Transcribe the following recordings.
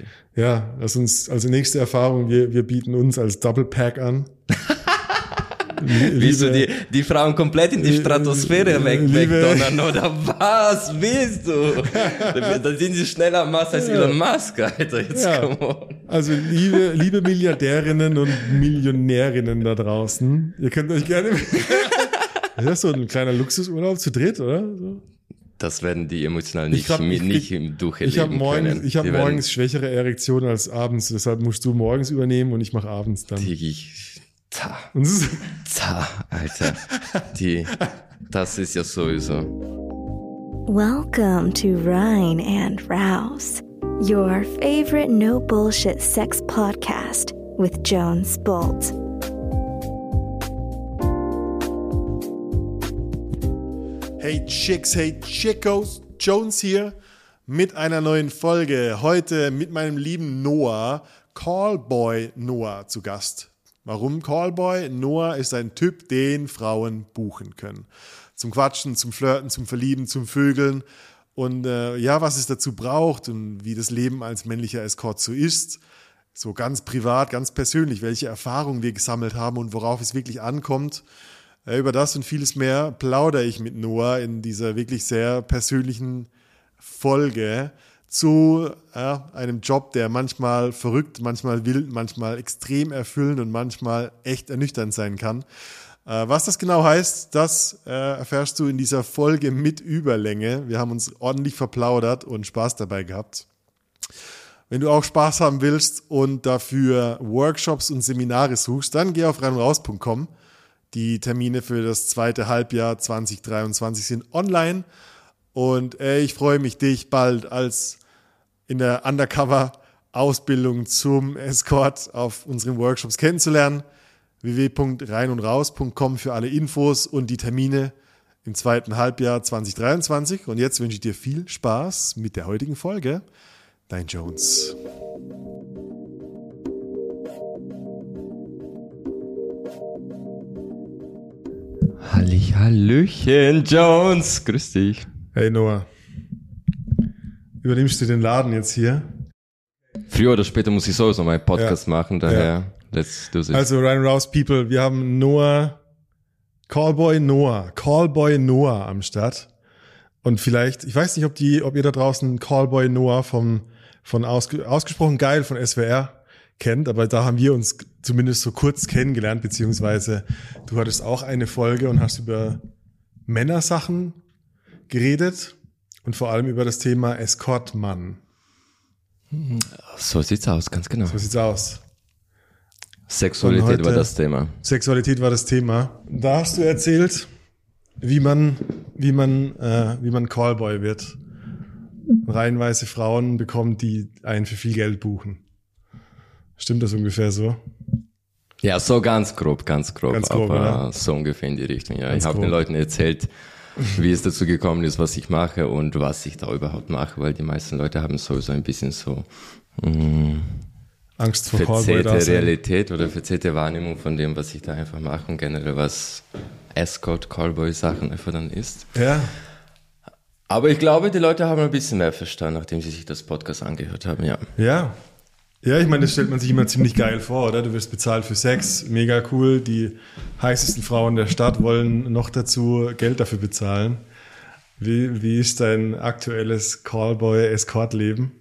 okay. Ja, lass uns, also nächste Erfahrung, wir bieten uns als Double Pack an. Willst du die Frauen komplett in die Stratosphäre wegdonnern oder was willst du? Dann sind sie schneller am Mars als Elon Musk, Alter. Jetzt come on. Also liebe Milliardärinnen und Millionärinnen da draußen, ihr könnt euch gerne... Das ist so ein kleiner Luxusurlaub zu dritt, oder? So. Das werden die emotional nicht durcherleben Ich habe können. Morgens schwächere Erektionen als abends, deshalb musst du morgens übernehmen und ich mache abends dann. Alter. Das ist ja sowieso. Welcome to Rhine and Rouse, your favorite no bullshit sex podcast with Jones Bolt. Hey Chicks, hey Chickos, Jones hier mit einer neuen Folge. Heute mit meinem lieben Noah, Callboy Noah zu Gast. Warum Callboy? Noah ist ein Typ, den Frauen buchen können. Zum Quatschen, zum Flirten, zum Verlieben, zum Vögeln. Und was es dazu braucht und wie das Leben als männlicher Escort so ist. So ganz privat, ganz persönlich, welche Erfahrungen wir gesammelt haben und worauf es wirklich ankommt. Über das und vieles mehr plaudere ich mit Noah in dieser wirklich sehr persönlichen Folge zu einem Job, der manchmal verrückt, manchmal wild, manchmal extrem erfüllend und manchmal echt ernüchternd sein kann. Was das genau heißt, das erfährst du in dieser Folge mit Überlänge. Wir haben uns ordentlich verplaudert und Spaß dabei gehabt. Wenn du auch Spaß haben willst und dafür Workshops und Seminare suchst, dann geh auf reinundraus.com. Die Termine für das zweite Halbjahr 2023 sind online und ich freue mich, dich bald als in der Undercover-Ausbildung zum Escort auf unseren Workshops kennenzulernen. www.reinundraus.com für alle Infos und die Termine im zweiten Halbjahr 2023. Und jetzt wünsche ich dir viel Spaß mit der heutigen Folge. Dein Jones. Hallöchen, Jones. Grüß dich. Hey Noah. Übernimmst du den Laden jetzt hier? Früher oder später muss ich sowieso meinen Podcast machen, daher let's do this. Also Ryan Rouse People, wir haben Callboy Noah am Start. Und vielleicht, ich weiß nicht, ob ihr da draußen Callboy Noah von ausgesprochen geil von SWR kennt, aber da haben wir uns zumindest so kurz kennengelernt, beziehungsweise du hattest auch eine Folge und hast über Männersachen geredet und vor allem über das Thema Escortmann. So sieht's aus, ganz genau. So sieht's aus. Sexualität war das Thema. Sexualität war das Thema. Da hast du erzählt, wie man Callboy wird. Reihenweise Frauen bekommt, die einen für viel Geld buchen. Stimmt das ungefähr so? Ja, so ganz grob, aber oder? So ungefähr in die Richtung. Ja, Ganz ich habe grob. den Leuten erzählt, wie es dazu gekommen ist, was ich mache und was ich da überhaupt mache, weil die meisten Leute haben sowieso ein bisschen so Angst vor Callboy verzerrte Realität oder verzerrte Wahrnehmung von dem, was ich da einfach mache und generell was Escort, Callboy-Sachen einfach dann ist. Ja. Aber ich glaube, die Leute haben ein bisschen mehr verstanden, nachdem sie sich das Podcast angehört haben, ja. Ja. Ja, ich meine, das stellt man sich immer ziemlich geil vor, oder? Du wirst bezahlt für Sex, mega cool. Die heißesten Frauen der Stadt wollen noch dazu Geld dafür bezahlen. Wie ist dein aktuelles Callboy-Escort-Leben?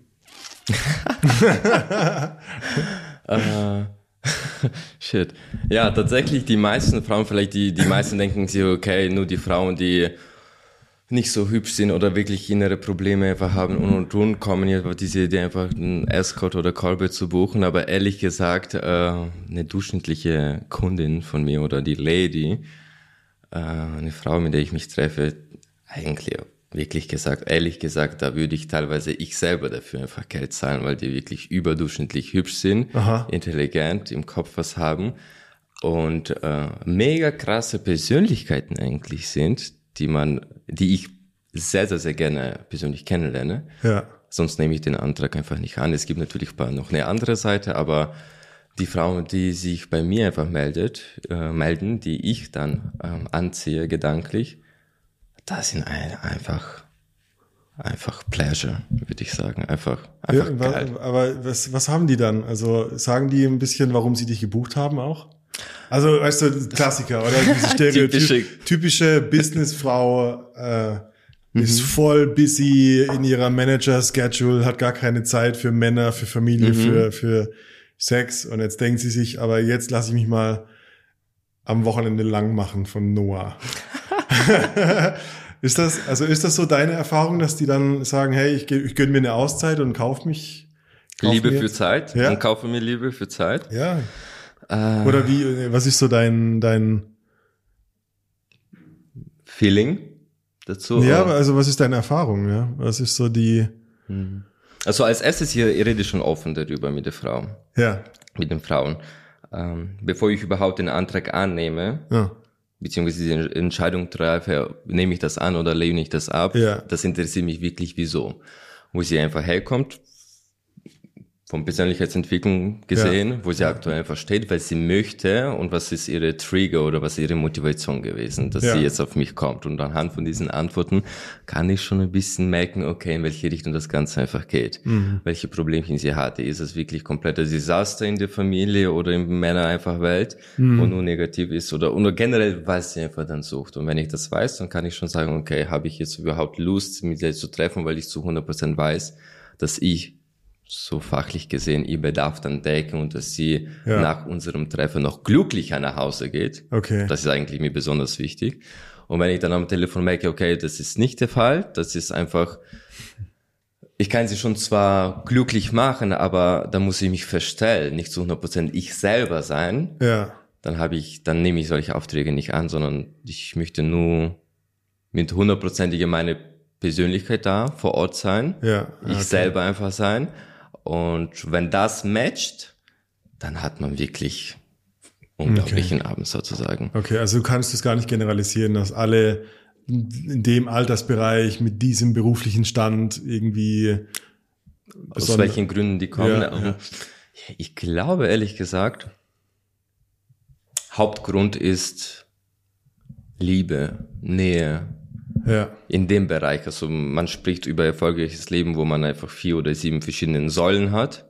Shit. Ja, tatsächlich die meisten Frauen, vielleicht die meisten denken sich, okay, nur die Frauen, die nicht so hübsch sind oder wirklich innere Probleme einfach haben und kommen jetzt auf diese Idee, einfach einen Escort oder Callboy zu buchen. Aber ehrlich gesagt, eine durchschnittliche Kundin von mir oder die Lady, eine Frau, mit der ich mich treffe, eigentlich ehrlich gesagt, da würde ich teilweise ich selber dafür einfach Geld zahlen, weil die wirklich überdurchschnittlich hübsch sind, intelligent, im Kopf was haben und mega krasse Persönlichkeiten eigentlich sind, die ich sehr, sehr, sehr gerne persönlich kennenlerne. Ja. Sonst nehme ich den Antrag einfach nicht an. Es gibt natürlich noch eine andere Seite, aber die Frauen, die sich bei mir einfach melden, die ich dann anziehe gedanklich, das sind einfach Einfach Pleasure, würde ich sagen. Einfach Ja, geil. aber was haben die dann? Also sagen die ein bisschen, warum sie dich gebucht haben auch? Also, weißt du, Klassiker, oder? Diese typische Businessfrau ist voll busy in ihrer Manager-Schedule, hat gar keine Zeit für Männer, für Familie, für Sex. Und jetzt denkt sie sich, aber jetzt lasse ich mich mal am Wochenende lang machen von Noah. Ist das so deine Erfahrung, dass die dann sagen, hey, ich gönne mir eine Auszeit und kauf Liebe für Zeit? Ja? Und kaufe mir Liebe für Zeit? Ja. Oder was ist so dein Feeling dazu? Ja, also was ist deine Erfahrung? Ja? Was ist so die... Also als erstes hier rede ich schon offen darüber mit der Frau. Ja. Mit den Frauen. Bevor ich überhaupt den Antrag annehme, beziehungsweise die Entscheidung treffe, nehme ich das an oder lehne ich das ab, das interessiert mich wirklich wieso. Wo sie einfach herkommt, von Persönlichkeitsentwicklung gesehen, wo sie aktuell einfach steht, weil sie möchte und was ist ihre Trigger oder was ist ihre Motivation gewesen, dass sie jetzt auf mich kommt. Und anhand von diesen Antworten kann ich schon ein bisschen merken, okay, in welche Richtung das Ganze einfach geht, welche Problemchen sie hatte. Ist es wirklich kompletter Desaster in der Familie oder in Männer einfach Welt, wo nur negativ ist oder generell, was sie einfach dann sucht. Und wenn ich das weiß, dann kann ich schon sagen, okay, habe ich jetzt überhaupt Lust, mit ihr zu treffen, weil ich zu 100% weiß, dass ich so fachlich gesehen ihr Bedarf dann decken und dass sie nach unserem Treffen noch glücklicher nach Hause geht. Okay. Das ist eigentlich mir besonders wichtig. Und wenn ich dann am Telefon merke, okay, das ist nicht der Fall, das ist einfach, ich kann sie schon zwar glücklich machen, aber da muss ich mich verstellen, nicht zu 100% ich selber sein. Ja. Dann nehme ich solche Aufträge nicht an, sondern ich möchte nur mit 100%iger meine Persönlichkeit da vor Ort sein. Ja. Ich selber einfach sein. Und wenn das matcht, dann hat man wirklich unglaublichen Abend sozusagen. Okay, also du kannst es gar nicht generalisieren, dass alle in dem Altersbereich mit diesem beruflichen Stand irgendwie... Aus welchen Gründen die kommen. Ja. Ich glaube, ehrlich gesagt, Hauptgrund ist Liebe, Nähe. Ja. In dem Bereich, also man spricht über erfolgreiches Leben, wo man einfach 4 oder 7 verschiedene Säulen hat.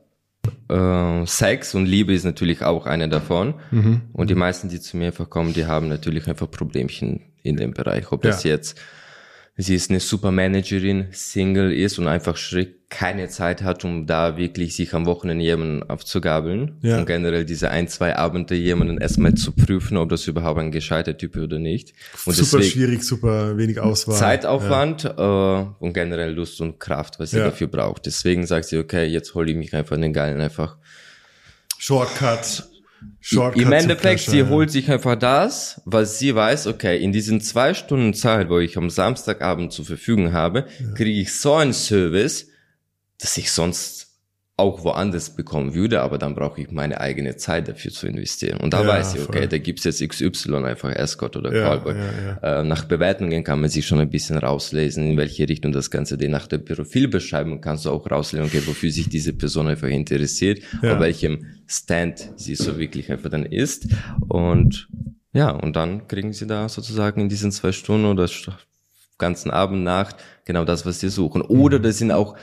Sex und Liebe ist natürlich auch eine davon. Und die meisten, die zu mir einfach kommen, die haben natürlich einfach Problemchen in dem Bereich. Ob das jetzt, sie ist eine Supermanagerin, Single ist und einfach keine Zeit hat, um da wirklich sich am Wochenende jemanden aufzugabeln. Ja. Und generell diese 1-2 Abende jemanden erstmal zu prüfen, ob das überhaupt ein gescheiter Typ ist oder nicht. Und super deswegen, schwierig, super wenig Auswahl. Zeitaufwand und generell Lust und Kraft, was sie dafür braucht. Deswegen sagt sie, okay, jetzt hole ich mich einfach in den Geilen einfach. Shortcut Im Endeffekt, sie holt sich einfach das, was sie weiß, okay, in diesen 2 Stunden Zeit, wo ich am Samstagabend zur Verfügung habe, kriege ich so einen Service, dass ich sonst auch woanders bekommen würde, aber dann brauche ich meine eigene Zeit dafür zu investieren. Und da weiß ich, okay, da gibt's jetzt XY, einfach Escort oder Callboy. Nach Bewertungen kann man sich schon ein bisschen rauslesen, in welche Richtung das Ganze geht. Nach der Profilbeschreibung kannst du auch rauslesen, okay, wofür sich diese Person einfach interessiert, auf welchem Stand sie so wirklich einfach dann ist. Und und dann kriegen sie da sozusagen in diesen 2 Stunden oder ganzen Abend, Nacht genau das, was sie suchen. Oder das sind auch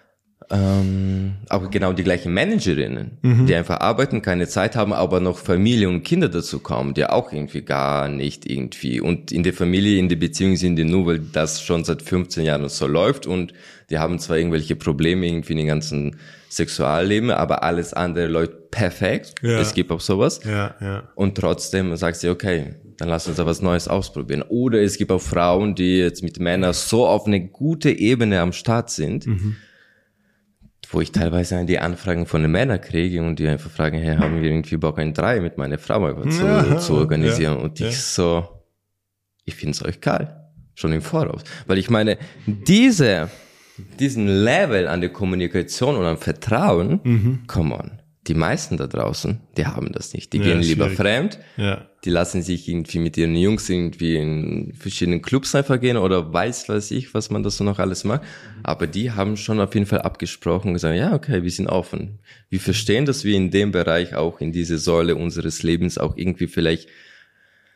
genau die gleichen Managerinnen, die einfach arbeiten, keine Zeit haben, aber noch Familie und Kinder dazu kommen, die auch irgendwie gar nicht irgendwie und in der Familie, in der Beziehung sind die nur, weil das schon seit 15 Jahren so läuft und die haben zwar irgendwelche Probleme irgendwie in den ganzen Sexualleben, aber alles andere läuft perfekt. Ja. Es gibt auch sowas. Ja. Und trotzdem sagt sie, okay, dann lass uns da was Neues ausprobieren. Oder es gibt auch Frauen, die jetzt mit Männern so auf eine gute Ebene am Start sind, wo ich teilweise die Anfragen von den Männern kriege und die einfach fragen, hey, haben wir irgendwie Bock, ein 3 mit meiner Frau einfach zu organisieren? Und ich ich find's euch geil. Schon im Voraus. Weil ich meine, diesen Level an der Kommunikation und am Vertrauen, come on. Die meisten da draußen, die haben das nicht. Die gehen lieber fremd. Ja. Die lassen sich irgendwie mit ihren Jungs irgendwie in verschiedenen Clubs einfach gehen oder weiß ich, was man da so noch alles macht. Aber die haben schon auf jeden Fall abgesprochen und gesagt, ja, okay, wir sind offen. Wir verstehen, dass wir in dem Bereich auch in diese Säule unseres Lebens auch irgendwie vielleicht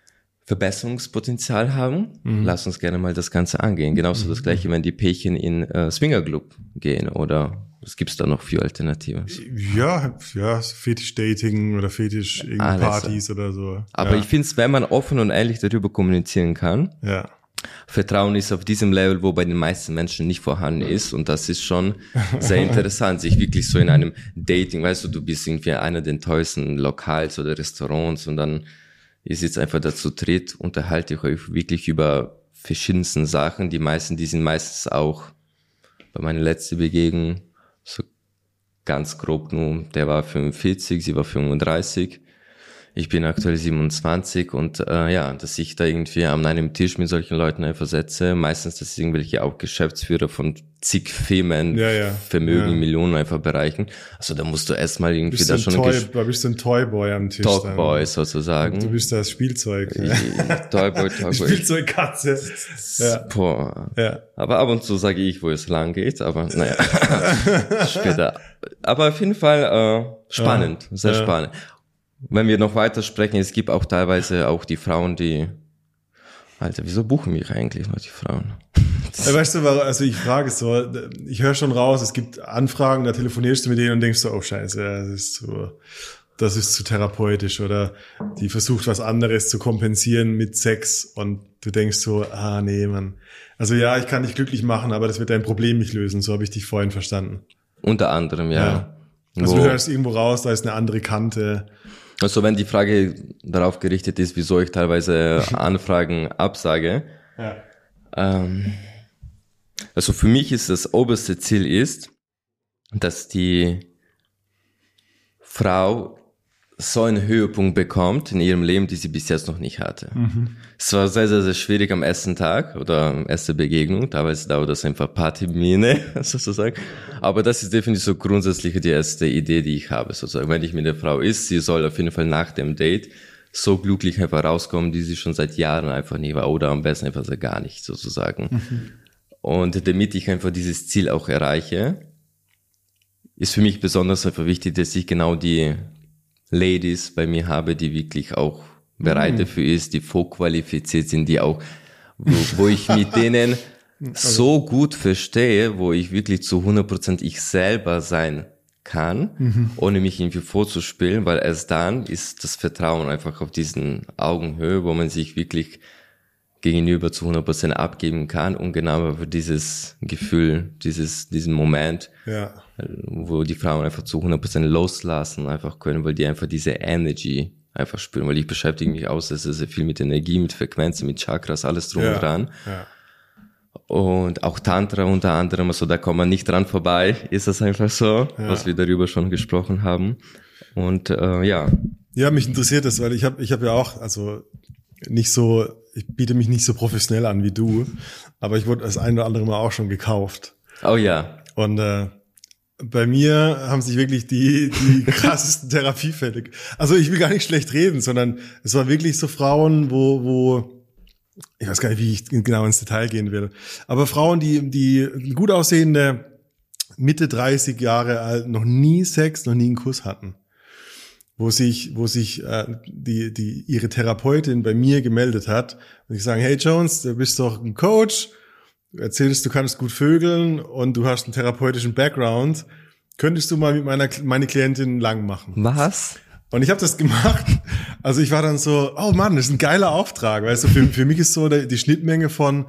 Verbesserungspotenzial haben, lass uns gerne mal das Ganze angehen. Genauso das Gleiche, wenn die Pärchen in Swingerclub gehen oder was gibt's da noch für Alternativen? Ja, Fetisch-Dating oder Fetisch-Partys oder so. Aber ich finde es, wenn man offen und ehrlich darüber kommunizieren kann, Vertrauen ist auf diesem Level, wo bei den meisten Menschen nicht vorhanden ist, und das ist schon sehr interessant, sich wirklich so in einem Dating, weißt du bist irgendwie einer der teuersten Lokals oder Restaurants und dann ist jetzt einfach dazu dritt, unterhaltet ihr euch wirklich über verschiedensten Sachen. Die sind meistens auch bei meiner letzten Begegnung so ganz grob nur, der war 45, sie war 35. Ich bin aktuell 27 und dass ich da irgendwie an einem Tisch mit solchen Leuten einfach setze, meistens das ist irgendwelche auch Geschäftsführer von zig Firmen, Vermögen, Millionen einfach bereichen. Also da musst du erstmal irgendwie da schon... Du bist ein Toyboy am Tisch. Talkboy sozusagen. Du bist das Spielzeug. Toyboy. Spielzeugkatze. Aber ab und zu sage ich, wo es lang geht, aber naja, später. Aber auf jeden Fall spannend, sehr spannend. Wenn wir noch weiter sprechen, es gibt auch teilweise auch die Frauen, die, Alter, wieso buchen mich eigentlich noch die Frauen? Weißt du, also ich frage so, ich höre schon raus, es gibt Anfragen, da telefonierst du mit denen und denkst so, oh Scheiße, das ist zu therapeutisch, oder die versucht was anderes zu kompensieren mit Sex und du denkst so, nee, Mann. Also ja, ich kann dich glücklich machen, aber das wird dein Problem nicht lösen, so habe ich dich vorhin verstanden. Unter anderem, ja. Also du hörst irgendwo raus, da ist eine andere Kante. Also wenn die Frage darauf gerichtet ist, wieso ich teilweise Anfragen absage, also für mich ist das oberste Ziel ist, dass die Frau so einen Höhepunkt bekommt in ihrem Leben, die sie bis jetzt noch nicht hatte. Es war sehr, sehr, sehr schwierig am ersten Tag oder erste Begegnung, teilweise dauert das einfach Party-Mine, sozusagen. Aber das ist definitiv so grundsätzlich die erste Idee, die ich habe, sozusagen. Wenn ich mit der Frau ist, sie soll auf jeden Fall nach dem Date so glücklich einfach rauskommen, die sie schon seit Jahren einfach nie war, oder am besten einfach so gar nicht, sozusagen. Und damit ich einfach dieses Ziel auch erreiche, ist für mich besonders einfach wichtig, dass ich genau die Ladies bei mir habe, die wirklich auch bereit dafür ist, die vorqualifiziert sind, die auch, wo ich mit denen so gut verstehe, wo ich wirklich zu 100% ich selber sein kann, ohne mich irgendwie vorzuspielen, weil erst dann ist das Vertrauen einfach auf diesen Augenhöhe, wo man sich wirklich gegenüber zu 100% abgeben kann und genau für dieses Gefühl, diesen Moment, wo die Frauen einfach zu 100% loslassen einfach können, weil die einfach diese Energy einfach spüren, weil ich beschäftige mich auch sehr, sehr viel mit Energie, mit Frequenzen, mit Chakras, alles drum und dran. Und auch Tantra unter anderem, also da kommt man nicht dran vorbei, ist das einfach so, was wir darüber schon gesprochen haben. Und Ja, mich interessiert das, weil ich hab ja auch, also ich biete mich nicht so professionell an wie du, aber ich wurde das ein oder andere Mal auch schon gekauft. Oh ja. Und bei mir haben sich wirklich die krassesten Therapiefälle. Also ich will gar nicht schlecht reden, sondern es waren wirklich so Frauen, wo ich weiß gar nicht, wie ich genau ins Detail gehen will, aber Frauen, die gut aussehende, Mitte 30 Jahre alt, noch nie Sex, noch nie einen Kuss hatten. Wo sich ihre Therapeutin bei mir gemeldet hat und ich sage, hey Jones, du bist doch ein Coach, du erzählst, du kannst gut vögeln und du hast einen therapeutischen Background, könntest du mal mit meine Klientin lang machen? Was? Und ich habe das gemacht. Also ich war dann so, oh Mann, das ist ein geiler Auftrag, weißt du, für mich ist so die Schnittmenge von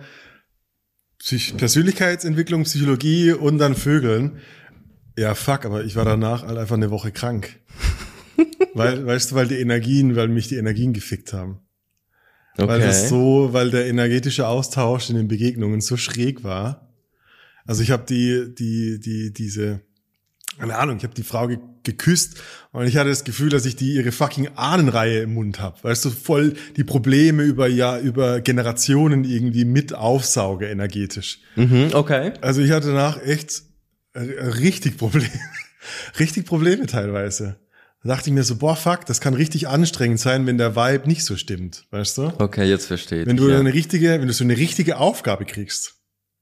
Persönlichkeitsentwicklung, Psychologie und dann Vögeln. Ja, fuck, aber ich war danach halt einfach eine Woche krank. Weil mich die Energien gefickt haben. Okay. Weil der energetische Austausch in den Begegnungen so schräg war. Also ich habe diese, keine Ahnung, ich habe die Frau geküsst und ich hatte das Gefühl, dass ich ihre fucking Ahnenreihe im Mund habe. Weißt du, voll die Probleme über Generationen irgendwie mit aufsauge energetisch. Okay. Also ich hatte danach echt richtig Probleme teilweise. Da dachte ich mir so, boah, fuck, das kann richtig anstrengend sein, wenn der Vibe nicht so stimmt, weißt du? Okay, jetzt verstehe ich. Wenn du so eine richtige Aufgabe kriegst.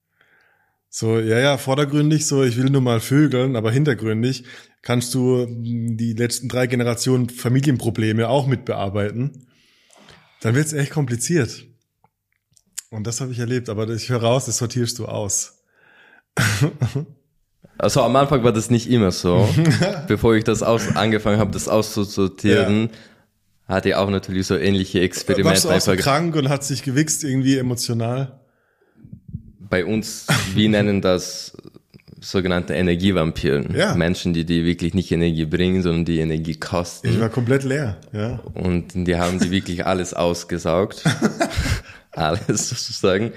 So, vordergründig so, ich will nur mal vögeln, aber hintergründig kannst du die letzten 3 Generationen Familienprobleme auch mit bearbeiten. Dann wird's echt kompliziert. Und das habe ich erlebt, aber ich höre raus, das sortierst du aus. Also am Anfang war das nicht immer so. Bevor ich das angefangen habe, das auszusortieren, hatte ich auch natürlich so ähnliche Experimente. Warst du auch so krank und hat sich gewichst irgendwie emotional? Bei uns, wir nennen das sogenannte Energievampiren. Ja. Menschen, die wirklich nicht Energie bringen, sondern die Energie kosten. Ich war komplett leer, ja. Und die haben die wirklich alles ausgesaugt. Alles sozusagen.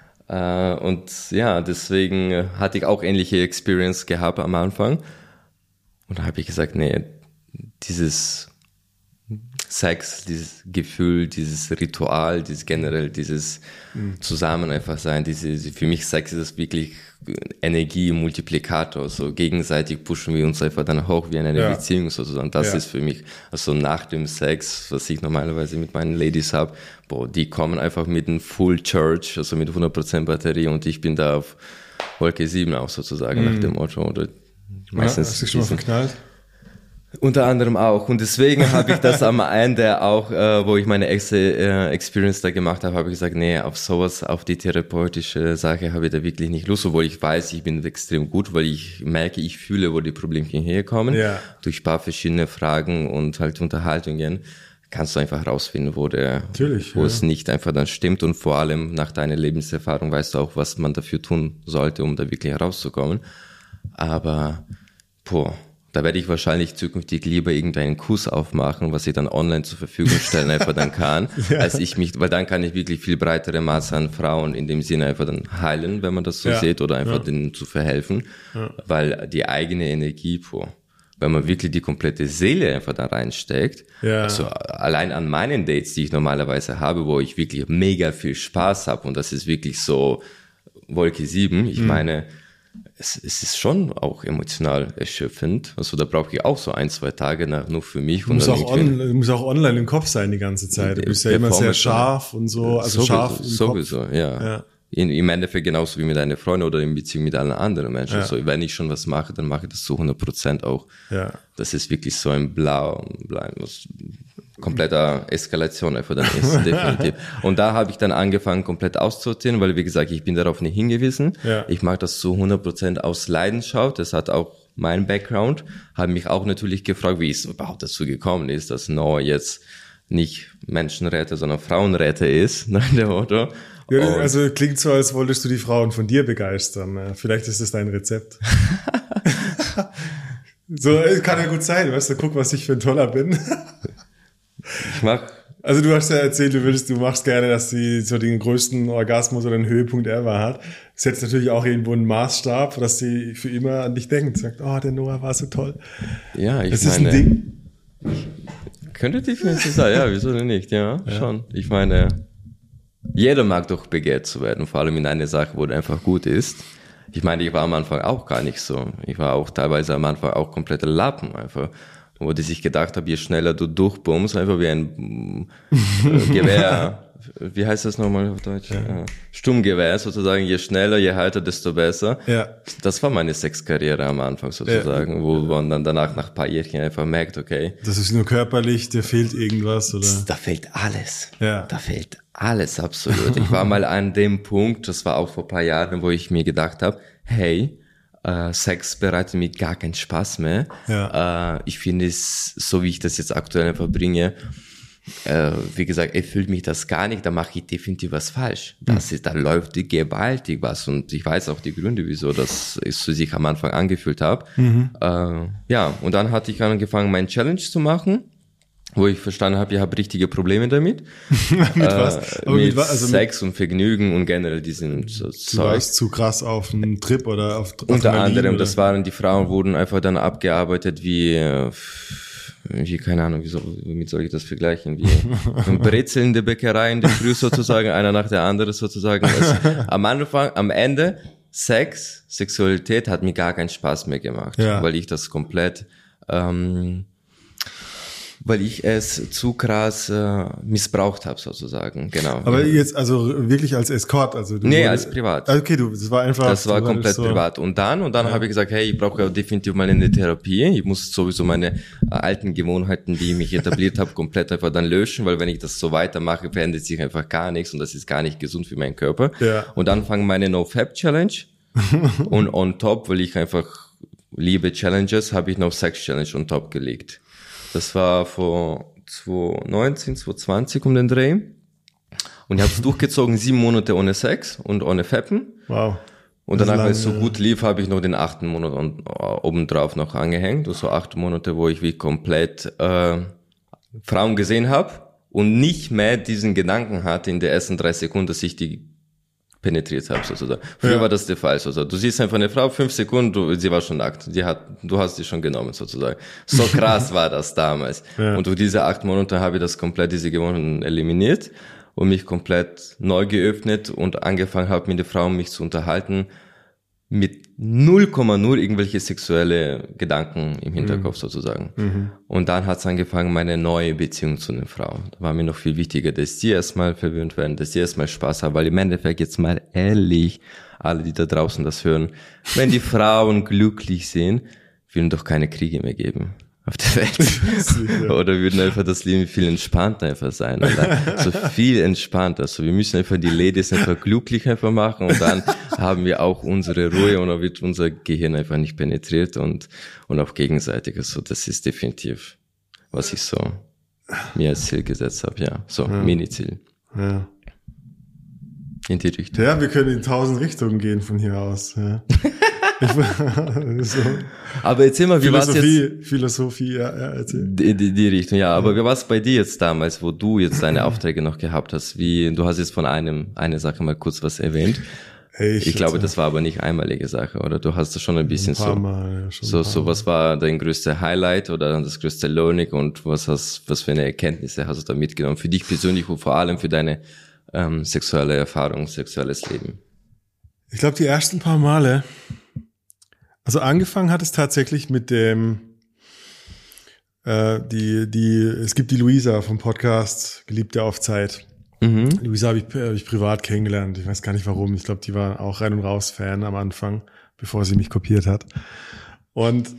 Und ja, deswegen hatte ich auch ähnliche Experience gehabt am Anfang. Und da habe ich gesagt, nee, dieses Sex, dieses Gefühl, dieses Ritual, dieses Zusammen einfach sein, für mich Sex ist wirklich Energie-Multiplikator, so gegenseitig pushen wir uns einfach dann hoch wie in einer Beziehung sozusagen. Das ist für mich, also nach dem Sex, was ich normalerweise mit meinen Ladies habe, die kommen einfach mit einem Full Charge, also mit 100% Batterie und ich bin da auf Wolke 7 auch sozusagen nach dem Motto. Oder meistens hast du dich schon mal verknallt? Unter anderem auch. Und deswegen habe ich das am Ende auch, wo ich meine erste Experience da gemacht habe, habe ich gesagt, nee, auf sowas, auf die therapeutische Sache habe ich da wirklich nicht Lust, obwohl ich weiß, ich bin extrem gut, weil ich merke, ich fühle, wo die Problemchen herkommen. Ja. Durch ein paar verschiedene Fragen und halt Unterhaltungen kannst du einfach rausfinden, wo es nicht einfach dann stimmt. Und vor allem nach deiner Lebenserfahrung weißt du auch, was man dafür tun sollte, um da wirklich herauszukommen. Aber, da werde ich wahrscheinlich zukünftig lieber irgendeinen Kurs aufmachen, was ich dann online zur Verfügung stellen einfach dann kann, weil dann kann ich wirklich viel breitere Masse an Frauen in dem Sinne einfach dann heilen, wenn man das so sieht, oder einfach denen zu verhelfen, weil die eigene Energie, wenn man wirklich die komplette Seele einfach da reinsteckt, also allein an meinen Dates, die ich normalerweise habe, wo ich wirklich mega viel Spaß habe und das ist wirklich so Wolke 7, ich meine, es ist schon auch emotional erschöpfend. Also da brauche ich auch so 1-2 Tage nur für mich. Du musst auch online im Kopf sein die ganze Zeit. Du bist ja immer sehr scharf und so. Also scharf im sowieso, Kopf. Ja. Im Endeffekt genauso wie mit deinen Freunden oder in Beziehung mit allen anderen Menschen. Ja. Also wenn ich schon was mache, dann mache ich das zu 100% auch. Ja. Das ist wirklich so ein kompletter Eskalation einfach dann ist, definitiv. Und da habe ich dann angefangen, komplett auszusortieren, weil, wie gesagt, ich bin darauf nicht hingewiesen. Ja. Ich mache das zu 100% aus Leidenschaft. Das hat auch mein Background. Habe mich auch natürlich gefragt, wie es überhaupt dazu gekommen ist, dass Noah jetzt nicht Menschenretter, sondern Frauenretter ist, nach dem Motto. Ja, also klingt so, als wolltest du die Frauen von dir begeistern. Vielleicht ist das dein Rezept. So, kann ja gut sein, weißt du, guck, was ich für ein Toller bin. Also du hast ja erzählt, du machst gerne, dass sie so den größten Orgasmus oder den Höhepunkt ever hat. Setzt natürlich auch irgendwo einen Maßstab, dass sie für immer an dich denkt. Sagt, der Noah war so toll. Ja, das ist ein Ding. Könnte definitiv sein, ja, wieso denn nicht? Ja, schon. Ich meine, jeder mag doch begehrt zu werden, vor allem in einer Sache, wo du einfach gut ist. Ich meine, ich war am Anfang auch gar nicht so. Ich war auch teilweise am Anfang auch komplette Lappen einfach. Wo die sich gedacht haben, je schneller du durchbummst, einfach wie ein Gewehr, wie heißt das nochmal auf Deutsch? Ja. Sturmgewehr sozusagen, je schneller, je härter, desto besser. Ja. Das war meine Sexkarriere am Anfang sozusagen, wo man dann danach nach ein paar Jährchen einfach merkt, okay. Das ist nur körperlich, dir fehlt irgendwas, oder? Da fehlt alles. Ja. Da fehlt alles, absolut. Ich war mal an dem Punkt, das war auch vor ein paar Jahren, wo ich mir gedacht habe, hey, Sex bereitet mir gar keinen Spaß mehr. Ja. Ich finde es, so wie ich das jetzt aktuell verbringe, wie gesagt, erfüllt mich das gar nicht, da mache ich definitiv was falsch. Da läuft gewaltig was und ich weiß auch die Gründe, wieso das sich am Anfang angefühlt hat. Und dann hatte ich angefangen, meinen Challenge zu machen, wo ich verstanden habe, ich habe richtige Probleme damit. Mit was? Mit Sex und Vergnügen und generell diesen Zeug. Du warst zu krass auf einen Trip oder auf unter anderem, das waren, die Frauen wurden einfach dann abgearbeitet wie keine Ahnung, womit soll ich das vergleichen? Wie ein Brezel in der Bäckerei in der Früh sozusagen, einer nach der anderen sozusagen. Am Ende, Sexualität hat mir gar keinen Spaß mehr gemacht, weil ich das komplett, Weil ich es zu krass missbraucht habe, sozusagen, genau. Aber jetzt also wirklich als Escort, also als privat. Okay, das war einfach. Das war komplett so privat. Und dann habe ich gesagt, hey, ich brauche definitiv mal eine Therapie. Ich muss sowieso meine alten Gewohnheiten, die ich mich etabliert habe, komplett einfach dann löschen, weil wenn ich das so weitermache, verändert sich einfach gar nichts und das ist gar nicht gesund für meinen Körper. Ja. Und dann fangen meine No-Fab-Challenge und on top, weil ich einfach liebe Challenges, habe ich noch Sex-Challenge on top gelegt. Das war vor 2019, 2020 um den Dreh. Und ich habe es durchgezogen, 7 Monate ohne Sex und ohne Fappen. Wow. Und danach, weil es so gut lief, habe ich noch den 8. Monat obendrauf noch angehängt. So 8 Monate, wo ich wie komplett Frauen gesehen habe und nicht mehr diesen Gedanken hatte in den ersten 3 Sekunden, dass ich die penetriert habe, sozusagen. Früher war das der Fall, sozusagen. Du siehst einfach eine Frau, 5 Sekunden, sie war schon nackt. Du hast sie schon genommen, sozusagen. So krass war das damals. Ja. Und durch diese 8 Monate habe ich das komplett, diese Gewohnheiten eliminiert und mich komplett neu geöffnet und angefangen habe, mit den Frauen mich zu unterhalten, mit 0,0 irgendwelche sexuelle Gedanken im Hinterkopf sozusagen. Mhm. Und dann hat es angefangen, meine neue Beziehung zu den Frauen. Da war mir noch viel wichtiger, dass die erstmal verwöhnt werden, dass die erstmal Spaß haben, weil im Endeffekt jetzt mal ehrlich, alle, die da draußen das hören, wenn die Frauen glücklich sind, würden doch keine Kriege mehr geben auf der Welt. Oder würden einfach das Leben viel entspannter einfach sein. Oder so viel entspannter. Also wir müssen einfach die Ladies einfach glücklich einfach machen und dann haben wir auch unsere Ruhe und dann wird unser Gehirn einfach nicht penetriert und auch gegenseitig. Also das ist definitiv, was ich so mir als Ziel gesetzt habe. Ja, so Mini-Ziel. Ja. In die Richtung. Ja, wir können in 1000 Richtungen gehen von hier aus. Ja. So. Aber erzähl mal, wie war es jetzt? Philosophie, ja, erzähl. Die Richtung, ja. Aber wie war es bei dir jetzt damals, wo du jetzt deine Aufträge noch gehabt hast? Du hast jetzt von eine Sache mal kurz was erwähnt. Hey, ich glaube, das war aber nicht einmalige Sache, oder? Du hast das schon ein bisschen was war dein größter Highlight oder das größte Learning und was für eine Erkenntnisse hast du da mitgenommen? Für dich persönlich und vor allem für deine sexuelle Erfahrung, sexuelles Leben? Ich glaube, die ersten paar Male, also angefangen hat es tatsächlich mit dem, es gibt die Luisa vom Podcast Geliebte auf Zeit. Mhm. Luisa habe ich privat kennengelernt. Ich weiß gar nicht warum. Ich glaube, die war auch Rein- und Raus-Fan am Anfang, bevor sie mich kopiert hat. Und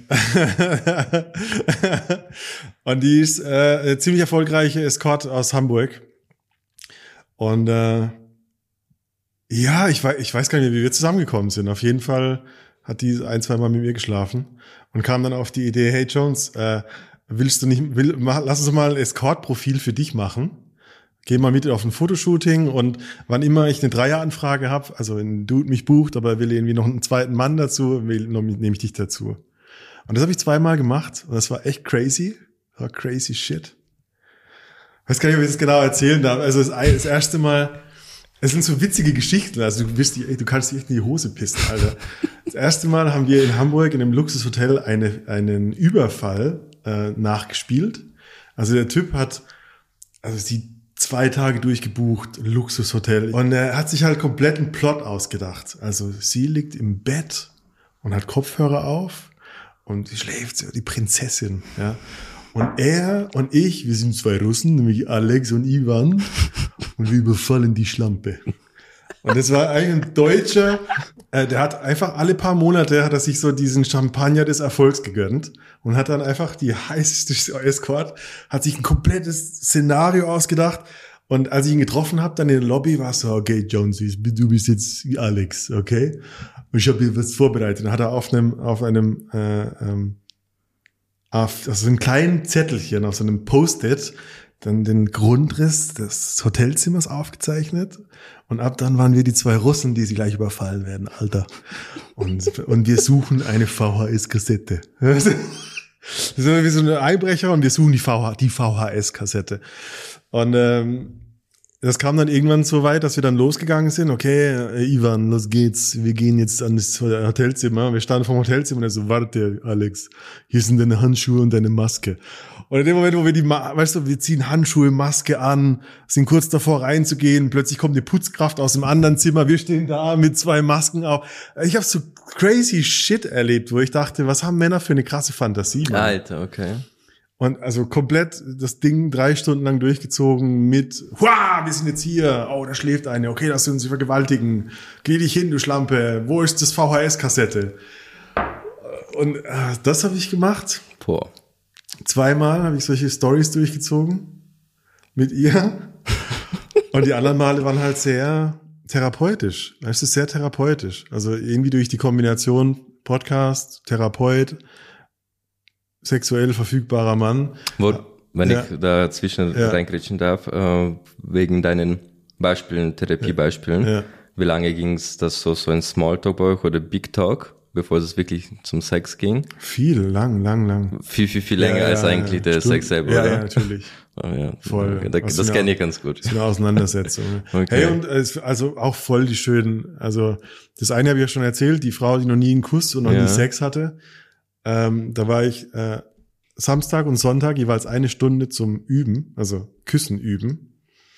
die ist eine ziemlich erfolgreiche Escort aus Hamburg. Und ja, ich weiß gar nicht mehr, wie wir zusammengekommen sind. Auf jeden Fall hat die 1-2 Mal mit mir geschlafen und kam dann auf die Idee, hey Jones, lass uns mal ein Escort-Profil für dich machen. Geh mal mit auf ein Fotoshooting und wann immer ich eine Dreier-Anfrage habe, also wenn ein Dude mich bucht, aber er will irgendwie noch einen zweiten Mann dazu, nehme ich dich dazu. Und das habe ich 2-mal gemacht und das war echt crazy. Das war crazy shit. Ich weiß gar nicht, ob ich das genau erzählen darf. Also das erste Mal, es sind so witzige Geschichten, also du kannst dich echt in die Hose pissen, Alter. Das erste Mal haben wir in Hamburg in einem Luxushotel einen Überfall nachgespielt. Also der Typ hat sie 2 Tage durchgebucht, Luxushotel. Und er hat sich halt komplett einen Plot ausgedacht. Also sie liegt im Bett und hat Kopfhörer auf und sie schläft, die Prinzessin, ja. Und er und ich, wir sind 2 Russen, nämlich Alex und Ivan, und wir überfallen die Schlampe. Und das war eigentlich ein Deutscher, der hat einfach alle paar Monate hat er sich so diesen Champagner des Erfolgs gegönnt und hat dann einfach die heißeste Escort, hat sich ein komplettes Szenario ausgedacht. Und als ich ihn getroffen habe, dann in der Lobby, war es so, okay, Jonesy, du bist jetzt Alex, okay? Und ich habe hier was vorbereitet. Dann hat er auf einem kleinen Zettelchen, auf so einem Post-it, dann den Grundriss des Hotelzimmers aufgezeichnet. Und ab dann waren wir die 2 Russen, die sie gleich überfallen werden, Alter. Und wir suchen eine VHS-Kassette. Das ist wie so ein Einbrecher und wir suchen die VHS-Kassette. Und das kam dann irgendwann so weit, dass wir dann losgegangen sind. Okay, Ivan, los geht's. Wir gehen jetzt an das Hotelzimmer. Wir standen vom Hotelzimmer und er so, warte, Alex, hier sind deine Handschuhe und deine Maske. Und in dem Moment, wo wir ziehen Handschuhe, Maske an, sind kurz davor reinzugehen, plötzlich kommt eine Putzkraft aus dem anderen Zimmer, wir stehen da mit 2 Masken auf. Ich habe so crazy shit erlebt, wo ich dachte, was haben Männer für eine krasse Fantasie, Mann? Alter, okay. Und also komplett das Ding 3 Stunden lang durchgezogen mit, wir sind jetzt hier, oh, da schläft eine, okay, lass uns sie vergewaltigen, geh dich hin, du Schlampe, wo ist das VHS-Kassette? Und das habe ich gemacht. Boah. 2-mal habe ich solche Stories durchgezogen mit ihr. Und die anderen Male waren halt sehr therapeutisch. Es ist sehr therapeutisch. Also irgendwie durch die Kombination Podcast, Therapeut, sexuell verfügbarer Mann. Wenn ich dazwischen reingrätschen darf, wegen deinen Beispielen, Therapiebeispielen, wie lange ging es das so ein Smalltalk bei euch oder Big Talk, bevor es wirklich zum Sex ging? Lang. Viel länger als eigentlich der Sex selber, oder? Ja, natürlich. Oh, ja. Voll. Das kenne ich ganz gut. Das ist eine Auseinandersetzung. Okay. Hey, und also auch voll die schönen, also das eine habe ich ja schon erzählt, die Frau, die noch nie einen Kuss und noch nie Sex hatte, da war ich Samstag und Sonntag jeweils 1 Stunde zum Üben, also Küssen üben.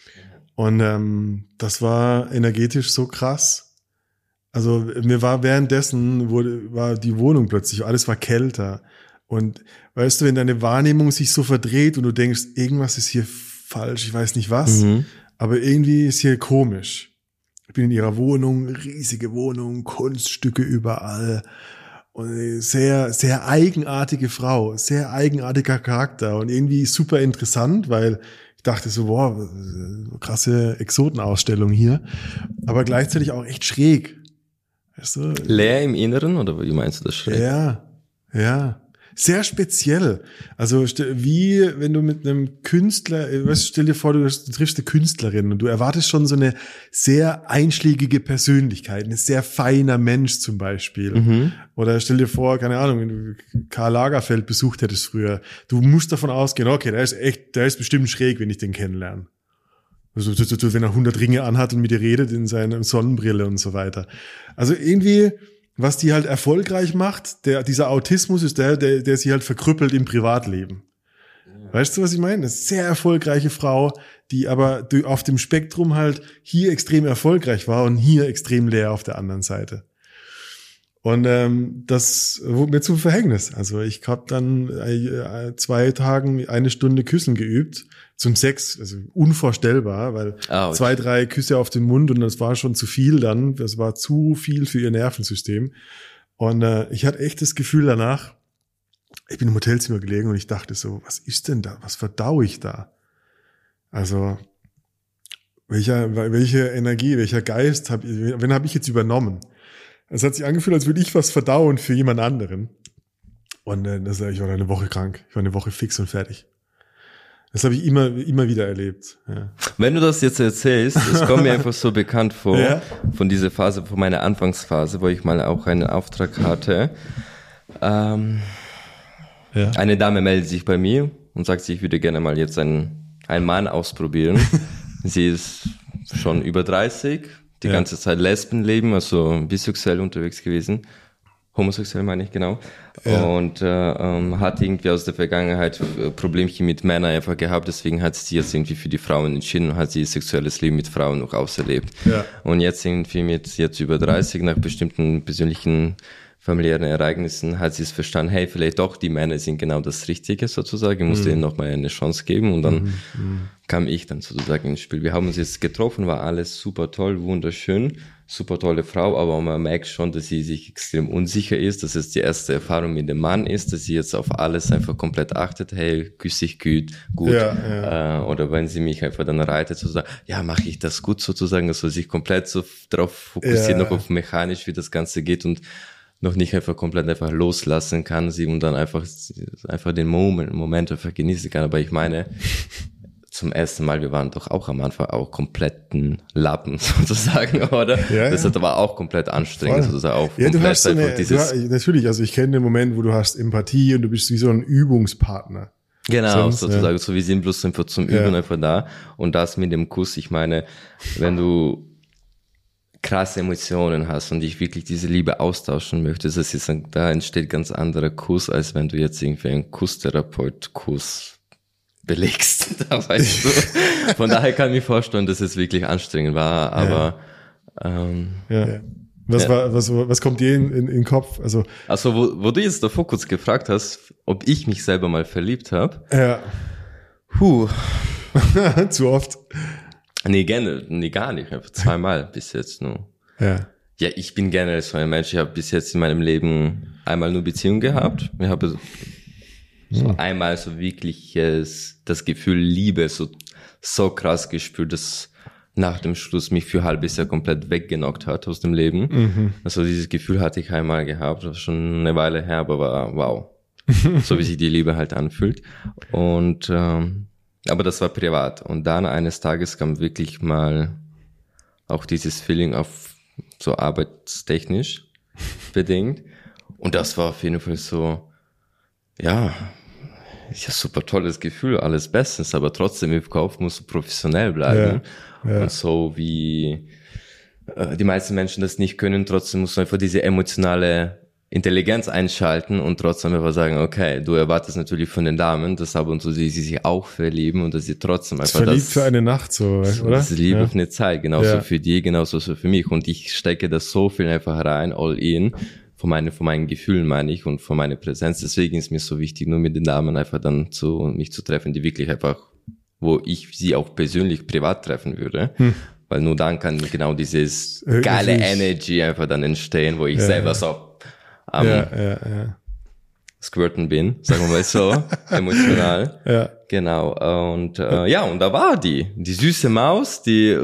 Und das war energetisch so krass. Also mir war währenddessen, war die Wohnung plötzlich, alles war kälter. Und weißt du, wenn deine Wahrnehmung sich so verdreht und du denkst, irgendwas ist hier falsch, ich weiß nicht was, aber irgendwie ist hier komisch. Ich bin in ihrer Wohnung, riesige Wohnung, Kunststücke überall und sehr, sehr eigenartige Frau, sehr eigenartiger Charakter und irgendwie super interessant, weil ich dachte so, wow, krasse Exotenausstellung hier, aber gleichzeitig auch echt schräg. Weißt du? Leer im Inneren, oder wie meinst du das schräg? Ja. Sehr speziell. Also wie wenn du mit einem Künstler, stell dir vor, du triffst eine Künstlerin und du erwartest schon so eine sehr einschlägige Persönlichkeit, ein sehr feiner Mensch zum Beispiel. Oder stell dir vor, keine Ahnung, wenn du Karl Lagerfeld besucht hättest früher, du musst davon ausgehen, okay, der ist bestimmt schräg, wenn ich den kennenlerne. Also wenn er 100 Ringe anhat und mit dir redet in seiner Sonnenbrille und so weiter. Also irgendwie, was die halt erfolgreich macht, dieser Autismus ist der sie halt verkrüppelt im Privatleben. Ja. Weißt du, was ich meine? Eine sehr erfolgreiche Frau, die aber auf dem Spektrum halt hier extrem erfolgreich war und hier extrem leer auf der anderen Seite. Und das wurde mir zum Verhängnis. Also ich habe dann 2 Tagen 1 Stunde Küssen geübt zum Sex, also unvorstellbar, weil 2, 3 Küsse auf den Mund und das war schon zu viel dann, das war zu viel für ihr Nervensystem. Und ich hatte echt das Gefühl danach, ich bin im Hotelzimmer gelegen und ich dachte so, was ist denn da, was verdaue ich da? Also welche Energie, welcher Geist wen habe ich jetzt übernommen? Es hat sich angefühlt, als würde ich was verdauen für jemand anderen. Und ich war eine Woche krank. Ich war eine Woche fix und fertig. Das habe ich immer wieder erlebt. Ja. Wenn du das jetzt erzählst, es kommt mir einfach so bekannt vor, von dieser Phase, von meiner Anfangsphase, wo ich mal auch einen Auftrag hatte. Eine Dame meldet sich bei mir und sagt, ich würde gerne mal jetzt einen Mann ausprobieren. Sie ist schon über 30, die ganze Zeit Lesbenleben, also bisexuell unterwegs gewesen. Homosexuell meine ich, genau. Ja. Und hat irgendwie aus der Vergangenheit Problemchen mit Männern einfach gehabt, deswegen hat sie jetzt irgendwie für die Frauen entschieden und hat sie ihr sexuelles Leben mit Frauen noch auserlebt. Ja. Und jetzt irgendwie jetzt über 30, nach bestimmten persönlichen familiären Ereignissen, hat sie es verstanden, hey, vielleicht doch, die Männer sind genau das Richtige sozusagen, ich musste ihnen nochmal eine Chance geben und dann kam ich dann sozusagen ins Spiel. Wir haben uns jetzt getroffen, war alles super toll, wunderschön, super tolle Frau, aber man merkt schon, dass sie sich extrem unsicher ist, dass es die erste Erfahrung mit dem Mann ist, dass sie jetzt auf alles einfach komplett achtet, hey, küss dich gut, oder wenn sie mich einfach dann reitet, sozusagen, ja, mache ich das gut sozusagen, also sich komplett so darauf fokussiert, noch auf mechanisch, wie das Ganze geht und noch nicht einfach komplett einfach loslassen kann sie und dann einfach den Moment einfach genießen kann. Aber ich meine, zum ersten Mal, wir waren doch auch am Anfang auch kompletten Lappen sozusagen, oder? Ja, das hat aber auch komplett anstrengend sozusagen. Auch ja, du hast natürlich, also ich kenne den Moment, wo du hast Empathie und du bist wie so ein Übungspartner. Genau, sozusagen, so wir sind bloß einfach zum Üben einfach da und das mit dem Kuss, ich meine, wenn du krasse Emotionen hast und dich wirklich diese Liebe austauschen möchtest, da entsteht ganz anderer Kuss, als wenn du jetzt irgendwie einen Kusstherapeut-Kuss belegst. Da weißt du. Von daher kann ich mir vorstellen, dass es wirklich anstrengend war, aber Was kommt dir in den Kopf? Also wo du jetzt davor kurz gefragt hast, ob ich mich selber mal verliebt habe. Ja. Zu oft? Nee, gar nicht. Einfach 2-mal bis jetzt nur. Ja. Ja, ich bin generell so ein Mensch. Ich habe bis jetzt in meinem Leben einmal nur Beziehung gehabt. Ich habe so einmal so wirklich das Gefühl Liebe so krass gespürt, dass nach dem Schluss mich für ein halbes Jahr komplett weggenockt hat aus dem Leben. Also dieses Gefühl hatte ich einmal gehabt. Das war schon eine Weile her, aber war wow. So wie sich die Liebe halt anfühlt. Und aber das war privat. Und dann eines Tages kam wirklich mal auch dieses Feeling auf so arbeitstechnisch bedingt. Und das war auf jeden Fall so, ja, super tolles Gefühl, alles bestens, aber trotzdem im Kopf musst du professionell bleiben. Ja. Und so wie die meisten Menschen das nicht können, trotzdem musst du einfach diese emotionale Intelligenz einschalten und trotzdem einfach sagen, okay, du erwartest natürlich von den Damen, dass ab und zu sie sich auch verlieben und dass sie trotzdem einfach verliebt für eine Nacht so, oder? Das ist Liebe für eine Zeit, genauso für die, genauso für mich. Und ich stecke das so viel einfach rein, all in, von meinen Gefühlen meine ich und von meiner Präsenz. Deswegen ist mir so wichtig, nur mit den Damen einfach dann mich zu treffen, die wirklich einfach, wo ich sie auch persönlich privat treffen würde. Weil nur dann kann genau dieses geile Energy einfach dann entstehen, wo ich selber so squirten bin, sagen wir mal so, emotional. Ja. Genau. Und und da war die süße Maus, die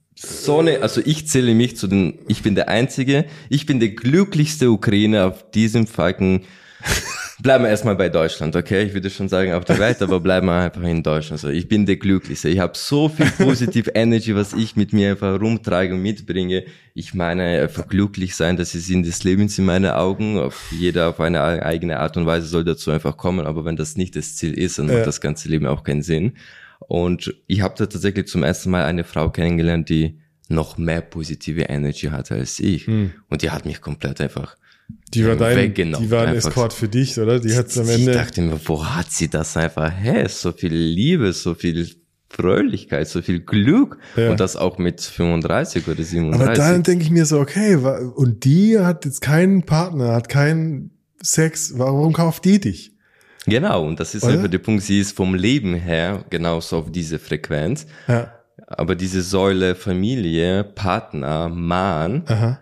also ich zähle mich ich bin der Einzige, ich bin der glücklichste Ukrainer auf diesem fucking, bleiben wir erstmal bei Deutschland, okay? Ich würde schon sagen auf der Welt, aber bleiben wir einfach in Deutschland. Also ich bin der Glücklichste. Ich habe so viel positive Energy, was ich mit mir einfach rumtrage und mitbringe. Ich meine, einfach glücklich sein, das ist Sinn des Lebens in meinen Augen. Jeder auf eine eigene Art und Weise soll dazu einfach kommen, aber wenn das nicht das Ziel ist, dann macht das ganze Leben auch keinen Sinn. Und ich habe da tatsächlich zum ersten Mal eine Frau kennengelernt, die noch mehr positive Energy hatte als ich. Und die hat mich komplett einfach die war ein Escort für dich, oder? Die hat's am Ende. Ich dachte mir, wo hat sie das einfach her? So viel Liebe, so viel Fröhlichkeit, so viel Glück. Ja. Und das auch mit 35 oder 37. Aber dann denke ich mir so, okay, und die hat jetzt keinen Partner, hat keinen Sex. Warum kauft die dich? Genau, und das ist einfach der Punkt. Sie ist vom Leben her genauso auf diese Frequenz. Ja. Aber diese Säule Familie, Partner, Mann,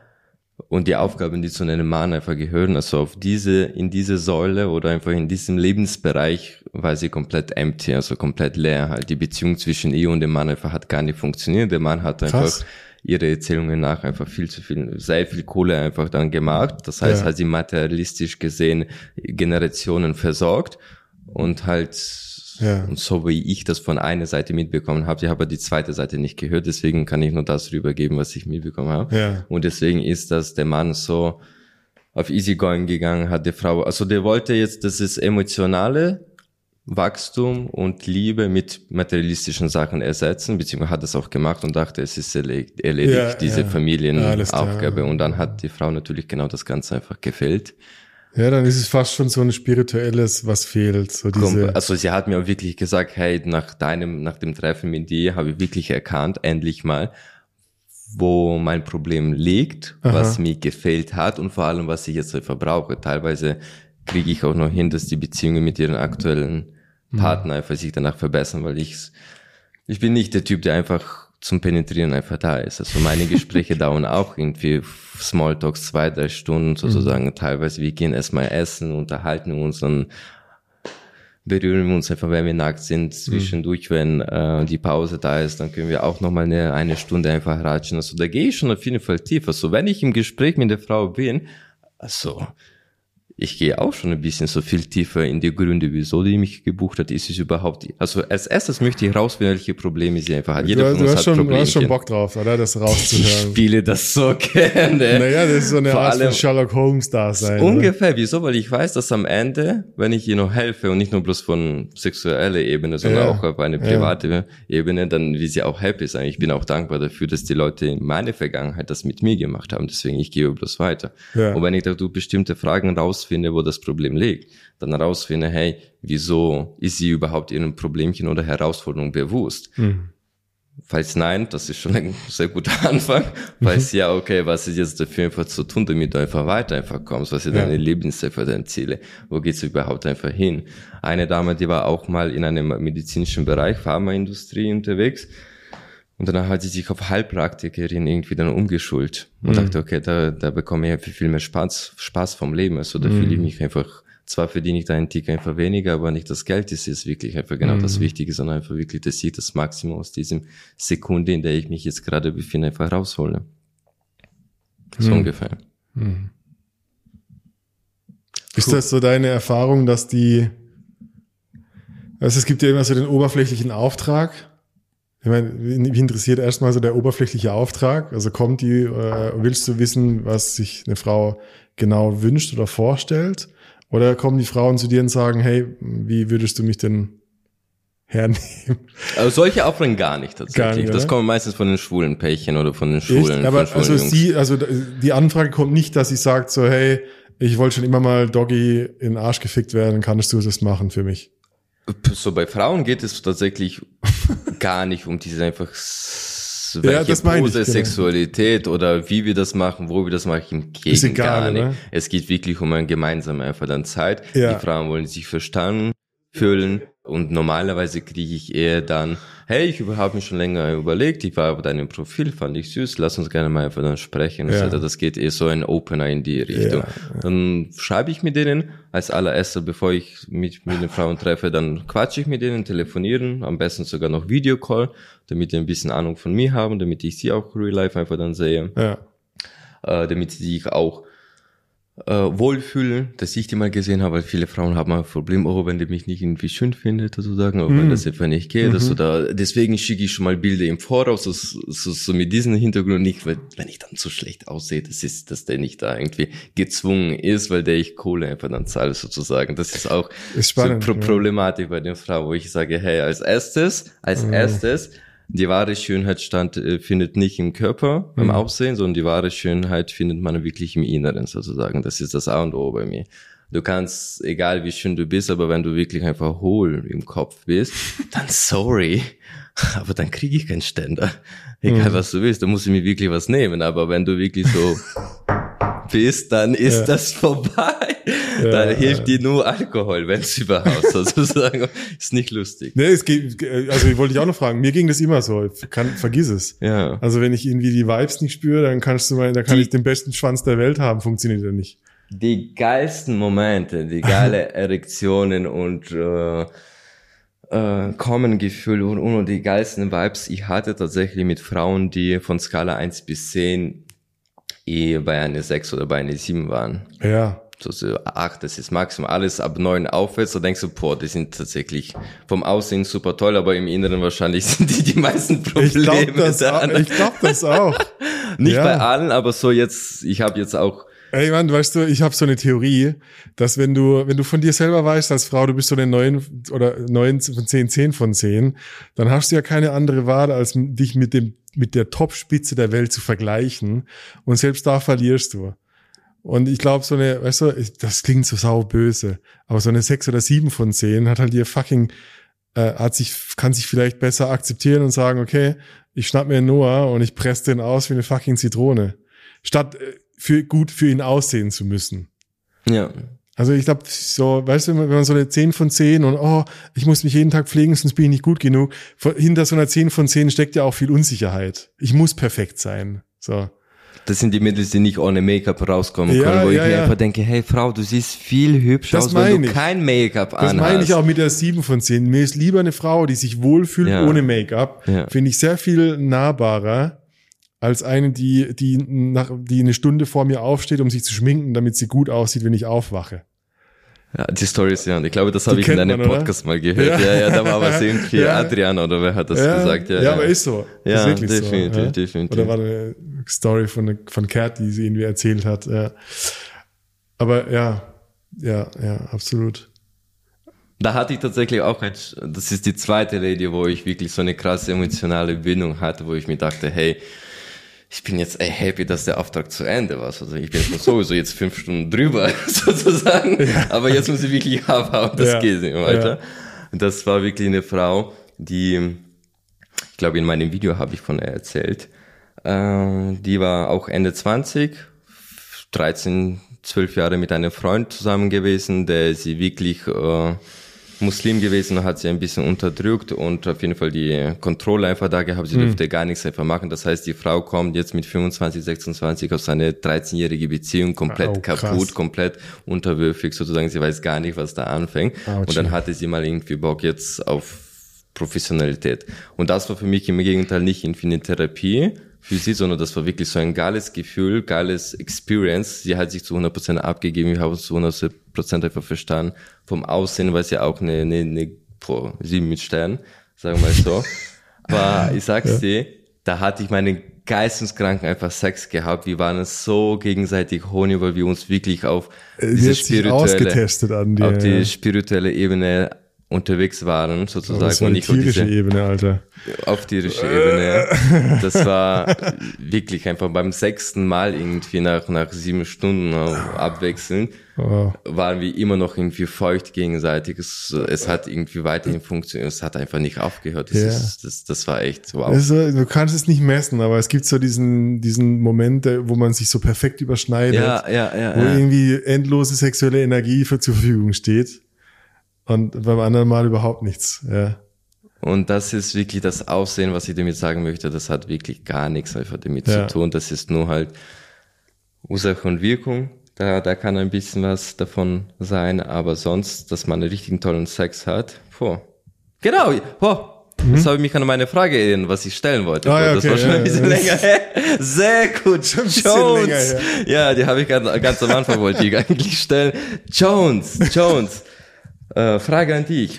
und die Aufgaben, die zu einem Mann einfach gehören, also in diese Säule oder einfach in diesem Lebensbereich war sie komplett empty, also komplett leer halt. Die Beziehung zwischen ihr und dem Mann einfach hat gar nicht funktioniert. Der Mann hat einfach ihre Erzählungen nach einfach sehr viel Kohle einfach dann gemacht. Das heißt, hat sie materialistisch gesehen Generationen versorgt und halt und so wie ich das von einer Seite mitbekommen habe, ich habe die zweite Seite nicht gehört, deswegen kann ich nur das rübergeben, was ich mitbekommen habe. Ja. Und deswegen ist das der Mann so auf Easygoing gegangen, hat die Frau, also der wollte jetzt, das ist emotionale Wachstum und Liebe mit materialistischen Sachen ersetzen, beziehungsweise hat es auch gemacht und dachte, es ist erledigt, diese Familienaufgabe. Und dann hat die Frau natürlich genau das Ganze einfach gefällt. Ja, dann ist es fast schon so ein spirituelles, was fehlt. So also sie hat mir auch wirklich gesagt, hey, nach dem Treffen mit dir habe ich wirklich erkannt, endlich mal, wo mein Problem liegt, was mir gefehlt hat und vor allem, was ich jetzt einfach brauche. Teilweise kriege ich auch noch hin, dass die Beziehungen mit ihren aktuellen Partner einfach sich danach verbessern, weil ich bin nicht der Typ, der einfach zum Penetrieren einfach da ist. Also meine Gespräche dauern auch irgendwie Smalltalks 2-3 Stunden sozusagen. Teilweise wir gehen erstmal essen, unterhalten uns, dann berühren wir uns einfach, wenn wir nackt sind. Zwischendurch, wenn die Pause da ist, dann können wir auch nochmal eine Stunde einfach ratschen. Also da gehe ich schon auf jeden Fall tief. Also wenn ich im Gespräch mit der Frau bin, also ich gehe auch schon ein bisschen so viel tiefer in die Gründe, wieso die mich gebucht hat, ist es überhaupt, also als erstes möchte ich rausfinden, welche Probleme sie einfach hat. Jeder von uns hat Probleme. Du hast schon Bock drauf, oder? Das rauszuhören. Ich spiele das so gerne. Naja, das ist so eine Art von Sherlock Holmes da sein. Ungefähr, oder? Wieso? Weil ich weiß, dass am Ende, wenn ich ihr noch helfe und nicht nur bloß von sexueller Ebene, sondern auch auf eine private Ebene, dann will sie auch happy sein. Ich bin auch dankbar dafür, dass die Leute in meiner Vergangenheit das mit mir gemacht haben. Deswegen, ich gehe bloß weiter. Ja. Und wenn ich da bestimmte Fragen rausfinde, wo das Problem liegt, dann herausfinde, hey, wieso ist sie überhaupt ihrem Problemchen oder Herausforderung bewusst? Falls nein, das ist schon ein sehr guter Anfang. Falls ja, okay, was ist jetzt dafür einfach zu tun, damit du einfach weiter kommst? Was sind deine Lebensziele, deine Ziele? Wo geht's überhaupt einfach hin? Eine Dame, die war auch mal in einem medizinischen Bereich, Pharmaindustrie unterwegs. Und danach hat sie sich auf Heilpraktikerin irgendwie dann umgeschult. Und dachte, okay, da bekomme ich viel mehr Spaß vom Leben. Also da fühle ich mich einfach, zwar verdiene ich da einen Tick einfach weniger, aber nicht das Geld ist jetzt wirklich einfach genau das Wichtige, sondern einfach wirklich, dass ich das Maximum aus diesem Sekunde, in der ich mich jetzt gerade befinde, einfach raushole. So ungefähr. Ist das so deine Erfahrung, dass also es gibt ja immer so den oberflächlichen Auftrag. Ich meine, mich interessiert erstmal so der oberflächliche Auftrag. Also willst du wissen, was sich eine Frau genau wünscht oder vorstellt? Oder kommen die Frauen zu dir und sagen, hey, wie würdest du mich denn hernehmen? Also solche Aufrufe gar nicht tatsächlich. Gar nicht, das kommt meistens von den schwulen Pärchen oder von den schwulen. Aber von schwulen also die Anfrage kommt nicht, dass sie sagt so, hey, ich wollte schon immer mal Doggy in den Arsch gefickt werden, kannst du das machen für mich? So bei Frauen geht es tatsächlich gar nicht um diese einfach das meine ich, genau. Sexualität oder wie wir das machen, wo wir das machen, ist egal, gar nicht. Oder? Es geht wirklich um eine gemeinsame einfach dann Zeit. Ja. Die Frauen wollen sich verstanden fühlen und normalerweise kriege ich eher dann, hey, ich habe mir schon länger überlegt, ich war auf deinem Profil, fand ich süß, lass uns gerne mal einfach dann sprechen. Ja. Also das geht eher so ein Opener in die Richtung. Ja. Dann schreibe ich mit denen als allererstes, bevor ich mich mit den Frauen treffe, dann quatsche ich mit denen, telefonieren, am besten sogar noch Videocall, damit die ein bisschen Ahnung von mir haben, damit ich sie auch real life einfach dann sehe. Ja. Damit sie sich auch wohlfühlen, dass ich die mal gesehen habe, weil viele Frauen haben ein Problem, wenn die mich nicht irgendwie schön findet, sozusagen, wenn das einfach nicht geht, dass du da, deswegen schicke ich schon mal Bilder im Voraus, so mit diesem Hintergrund nicht, weil, wenn ich dann so schlecht aussehe, dass der nicht da irgendwie gezwungen ist, weil der ich Kohle einfach dann zahle, sozusagen. Das ist auch spannend, so Problematik bei den Frauen, wo ich sage, hey, als erstes, die wahre Schönheit findet nicht im Körper, beim Aussehen, sondern die wahre Schönheit findet man wirklich im Inneren, sozusagen. Das ist das A und O bei mir. Du kannst, egal wie schön du bist, aber wenn du wirklich einfach hohl im Kopf bist, dann sorry, aber dann kriege ich keinen Ständer. Egal was du willst, da musst du mir wirklich was nehmen, aber wenn du wirklich so bist, dann ist das vorbei. Dann hilft dir nur Alkohol, wenn es überhaupt sozusagen ist nicht lustig. Nee, also ich wollte dich auch noch fragen, mir ging das immer so, vergiss es. Ja. Also wenn ich irgendwie die Vibes nicht spüre, dann kann ich den besten Schwanz der Welt haben, funktioniert ja nicht. Die geilsten Momente, die geile Erektionen und Kommengefühl und die geilsten Vibes, ich hatte tatsächlich mit Frauen, die von Skala 1 bis 10 bei einer 6 oder bei einer 7 waren. Ja. So 8, das ist maximal alles ab 9 aufwärts, da denkst du, die sind tatsächlich vom Aussehen super toll, aber im Inneren wahrscheinlich sind die meisten Probleme. Ich glaube das auch. Nicht bei allen, aber so jetzt, ich habe jetzt auch. Ey Mann, weißt du, ich habe so eine Theorie, dass wenn du von dir selber weißt als Frau, du bist so eine 9 von 10, 10 von 10, dann hast du ja keine andere Wahl, als dich mit der Topspitze der Welt zu vergleichen, und selbst da verlierst du. Und ich glaube, so eine, weißt du, das klingt so sauböse, aber so eine 6 oder 7 von 10 hat halt ihr kann sich vielleicht besser akzeptieren und sagen, okay, ich schnapp mir Noah und ich presse den aus wie eine fucking Zitrone. Statt gut für ihn aussehen zu müssen. Ja. Also ich glaube, so, weißt du, wenn man so eine 10 von 10 und ich muss mich jeden Tag pflegen, sonst bin ich nicht gut genug. Hinter so einer 10 von 10 steckt ja auch viel Unsicherheit. Ich muss perfekt sein. So. Das sind die Mädels, die nicht ohne Make-up rauskommen können, wo ich mir einfach denke, hey Frau, du siehst viel hübscher aus, wenn du kein Make-up anhast. Das meine ich auch mit der 7 von 10. Mir ist lieber eine Frau, die sich wohlfühlt ohne Make-up. Ja. Finde ich sehr viel nahbarer als eine, die eine Stunde vor mir aufsteht, um sich zu schminken, damit sie gut aussieht, wenn ich aufwache. Ja, die Story ist ich glaube, das habe ich in einem Podcast mal gehört. Ja, da war was irgendwie, Adrian oder wer hat das gesagt? Ja, aber ist so. Ja, ist definitiv, so, definitiv. Oder war eine Story von Kurt, die sie irgendwie erzählt hat. Ja. Aber ja, absolut. Da hatte ich tatsächlich auch das ist die zweite Lady, wo ich wirklich so eine krasse emotionale Bindung hatte, wo ich mir dachte, hey, ich bin jetzt happy, dass der Auftrag zu Ende war. Also ich bin sowieso jetzt 5 Stunden drüber, sozusagen. Ja. Aber jetzt muss ich wirklich abhauen, das geht nicht weiter. Ja. Und das war wirklich eine Frau, die Ich glaube, in meinem Video habe ich von ihr erzählt. Die war auch Ende 20, 13, 12 Jahre mit einem Freund zusammen gewesen, der sie wirklich Muslim gewesen, hat sie ein bisschen unterdrückt und auf jeden Fall die Kontrolle einfach da gehabt. Sie durfte gar nichts einfach machen. Das heißt, die Frau kommt jetzt mit 25, 26 aus einer 13-jährigen Beziehung komplett kaputt, komplett unterwürfig sozusagen. Sie weiß gar nicht, was da anfängt. Und dann hatte sie mal irgendwie Bock jetzt auf Professionalität. Und das war für mich im Gegenteil nicht irgendwie eine Therapie für sie, sondern das war wirklich so ein geiles Gefühl, geiles Experience. Sie hat sich zu 100% abgegeben, wir haben uns zu 100% einfach verstanden. Vom Aussehen war es ja auch eine 7 mit Stern, sagen wir mal so. Aber ich sag's dir, da hatte ich meinen geisteskranken einfach Sex gehabt. Wir waren so gegenseitig horny, weil wir uns wirklich auf diese spirituelle Ebene unterwegs waren, sozusagen. Das war und nicht tierische Ebene, Alter. Auf tierische Ebene. Das war wirklich einfach beim 6. Mal irgendwie nach 7 Stunden abwechselnd, waren wir immer noch irgendwie feucht gegenseitig. Es hat irgendwie weiterhin funktioniert. Es hat einfach nicht aufgehört. Das war echt wow. Also, du kannst es nicht messen, aber es gibt so diesen Moment, wo man sich so perfekt überschneidet, wo irgendwie endlose sexuelle Energie zur Verfügung steht. Und beim anderen Mal überhaupt nichts, ja. Und das ist wirklich das Aussehen, was ich damit sagen möchte. Das hat wirklich gar nichts einfach damit zu tun. Das ist nur halt Ursache und Wirkung. Da kann ein bisschen was davon sein. Aber sonst, dass man einen richtigen tollen Sex hat. Genau, Jetzt habe ich mich an meine Frage erinnert, was ich stellen wollte. Das war schon ein bisschen länger her. Sehr gut, Jones. Ja, die habe ich ganz am Anfang wollte ich eigentlich stellen. Jones. Frage an dich.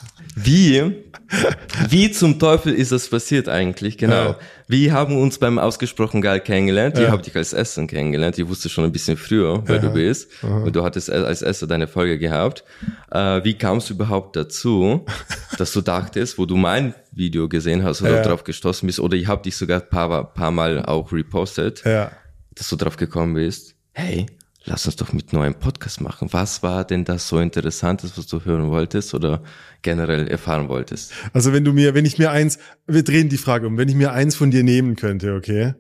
Wie zum Teufel ist das passiert eigentlich? Genau. Ja. Wir haben uns beim Ausgesprochen geil kennengelernt. Ich habe dich als Essen kennengelernt. Ich wusste schon ein bisschen früher, wer du bist. Und du hattest als Esser deine Folge gehabt. Wie kamst du überhaupt dazu, dass du dachtest, wo du mein Video gesehen hast oder drauf gestoßen bist, oder ich habe dich sogar ein paar Mal auch repostet, dass du drauf gekommen bist, hey, lass uns doch mit nur einem Podcast machen. Was war denn das so Interessantes, was du hören wolltest oder generell erfahren wolltest? Also wir drehen die Frage um, wenn ich mir eins von dir nehmen könnte, okay?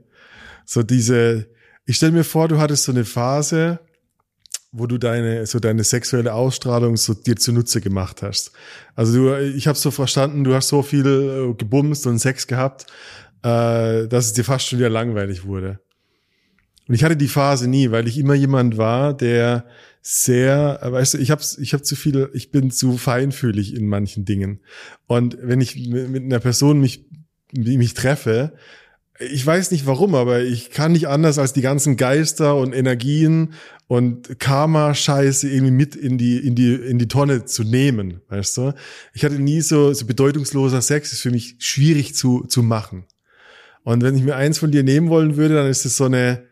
Ich stelle mir vor, du hattest so eine Phase, wo du deine sexuelle Ausstrahlung so dir zunutze gemacht hast. Also ich habe so verstanden, du hast so viel gebumst und Sex gehabt, dass es dir fast schon wieder langweilig wurde. Und ich hatte die Phase nie, weil ich immer jemand war, der sehr, weißt du, ich bin zu feinfühlig in manchen Dingen. Und wenn ich mit einer Person mich treffe, ich weiß nicht warum, aber ich kann nicht anders als die ganzen Geister und Energien und Karma-Scheiße irgendwie mit in die Tonne zu nehmen, weißt du? Ich hatte nie so bedeutungsloser Sex, ist für mich schwierig zu machen. Und wenn ich mir eins von dir nehmen wollen würde, dann ist es so eine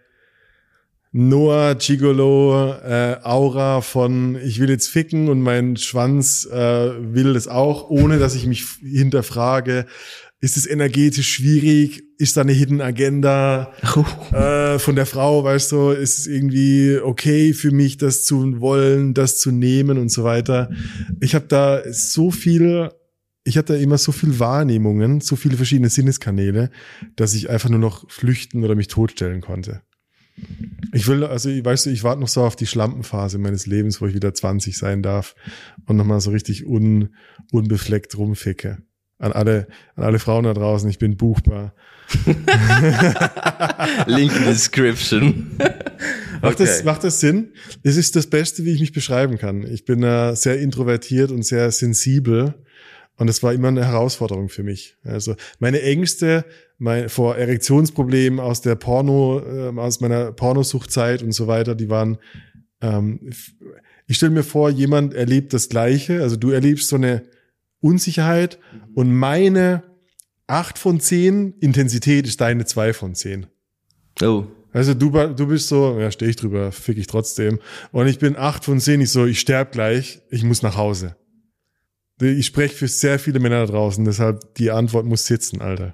Noah Gigolo Aura von ich will jetzt ficken und mein Schwanz will das auch, ohne dass ich mich hinterfrage, ist es energetisch schwierig, ist da eine Hidden Agenda von der Frau, weißt du, ist es irgendwie okay für mich, das zu wollen, das zu nehmen und so weiter. Ich habe da immer so viel Wahrnehmungen, so viele verschiedene Sinneskanäle, dass ich einfach nur noch flüchten oder mich totstellen konnte. Ich warte noch so auf die Schlampenphase meines Lebens, wo ich wieder 20 sein darf und nochmal so richtig unbefleckt rumficke. An alle Frauen da draußen, ich bin buchbar. Link in the description. Macht das Sinn? Es ist das Beste, wie ich mich beschreiben kann. Ich bin sehr introvertiert und sehr sensibel. Und das war immer eine Herausforderung für mich. Also meine Ängste vor Erektionsproblemen aus meiner Pornosuchtzeit und so weiter, die waren, ich stelle mir vor, jemand erlebt das Gleiche. Also du erlebst so eine Unsicherheit und meine 8 von 10 Intensität ist deine 2 von 10. Oh. Also du bist so, ja, stehe ich drüber, fick ich trotzdem. Und ich bin 8 von 10, ich sterbe gleich, ich muss nach Hause. Ich spreche für sehr viele Männer da draußen, deshalb die Antwort muss sitzen, Alter.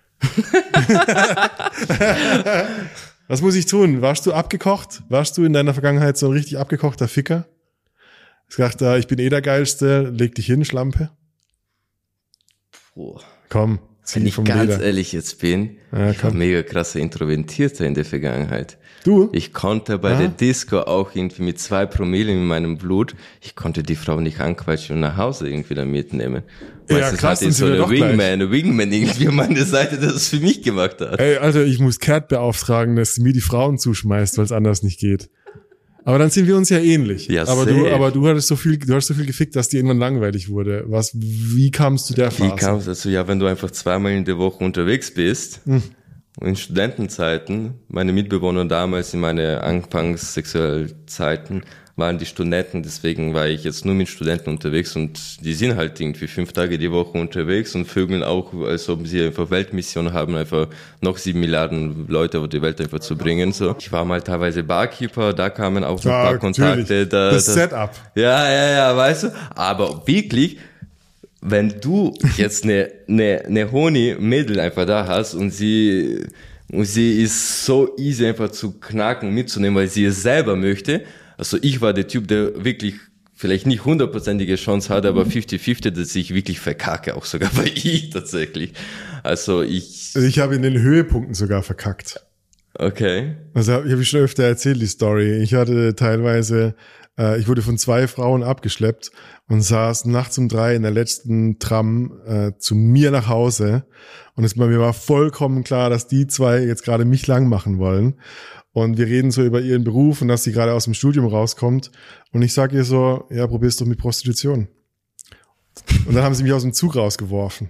Was muss ich tun? Warst du abgekocht? Warst du in deiner Vergangenheit so ein richtig abgekochter Ficker? Ich dachte, ich bin der Geilste, leg dich hin, Schlampe. Boah. Komm. Wenn ich ganz ehrlich jetzt bin, ich war mega krasser Introvertierter in der Vergangenheit. Du? Ich konnte bei der Disco auch irgendwie mit 2 Promille in meinem Blut, ich konnte die Frau nicht anquatschen und nach Hause irgendwie dann mitnehmen. Meistens krass, hatte ich so eine Wingman irgendwie an meiner Seite, der das für mich gemacht hat. Ey, Alter, ich muss Cat beauftragen, dass sie mir die Frauen zuschmeißt, weil es anders nicht geht. Aber dann sind wir uns ja ähnlich. Ja, aber du hast so viel gefickt, dass dir irgendwann langweilig wurde. Wie kamst du der Phase? Wie kamst du dazu? Ja, wenn du einfach 2-mal in der Woche unterwegs bist, in Studentenzeiten, meine Mitbewohner damals in meine Anfangssexualzeiten waren die Studenten, deswegen war ich jetzt nur mit Studenten unterwegs und die sind halt irgendwie 5 Tage die Woche unterwegs und vögeln auch, als ob sie einfach Weltmission haben, einfach noch 7 Milliarden Leute auf die Welt einfach zu bringen, so. Ich war mal teilweise Barkeeper, da kamen auch ein paar Kontakte. Das Setup. Ja, weißt du, aber wirklich, wenn du jetzt eine Honi-Mädel einfach da hast und sie ist so easy einfach zu knacken, mitzunehmen, weil sie es selber möchte. Also ich war der Typ, der wirklich vielleicht nicht 100%ige Chance hatte, aber 50-50, dass ich wirklich verkacke, auch sogar bei ich tatsächlich. Also ich habe in den Höhepunkten sogar verkackt. Okay. Also ich habe schon öfter erzählt, die Story. Ich hatte teilweise, ich wurde von 2 Frauen abgeschleppt und saß nachts um 3 in der letzten Tram zu mir nach Hause. Und mir war vollkommen klar, dass die 2 jetzt gerade mich lang machen wollen. Und wir reden so über ihren Beruf und dass sie gerade aus dem Studium rauskommt. Und ich sage ihr so, ja, probier's doch mit Prostitution. Und dann haben sie mich aus dem Zug rausgeworfen.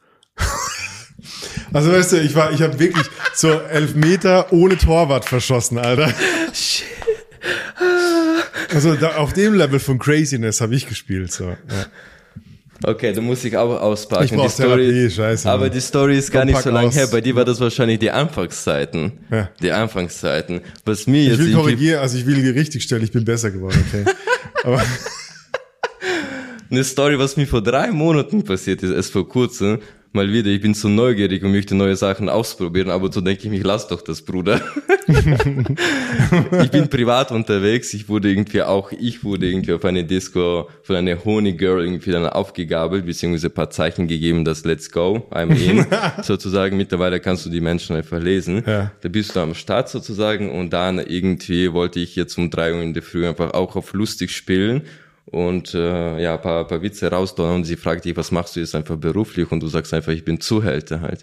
Also weißt du, ich habe wirklich so 11 Meter ohne Torwart verschossen, Alter. Shit. Also auf dem Level von Craziness habe ich gespielt. So. Ja. Okay, da muss ich auch auspacken. Ich brauch Therapie, scheiße. Aber die Story ist gar nicht so lange her. Bei dir war Ja. das wahrscheinlich die Anfangszeiten. Ja. Die Anfangszeiten. Was mir jetzt Ich will korrigieren, also ich will richtig stellen, ich bin besser geworden, okay. Aber eine Story, was mir vor 3 Monaten passiert ist, erst vor kurzem. Mal wieder, ich bin so neugierig und möchte neue Sachen ausprobieren, aber so denke ich mich, lass doch das, Bruder. Ich bin privat unterwegs, ich wurde irgendwie auf eine Disco von einer Honey-Girl irgendwie dann aufgegabelt, beziehungsweise ein paar Zeichen gegeben, dass let's go, I'm in, sozusagen. Mittlerweile kannst du die Menschen einfach lesen. Ja. Da bist du am Start sozusagen und dann irgendwie wollte ich jetzt um 3 Uhr in der Früh einfach auch auf lustig spielen. Und ein paar Witze rausdonnern und sie fragt dich, was machst du jetzt einfach beruflich? Und du sagst einfach, ich bin Zuhälter halt.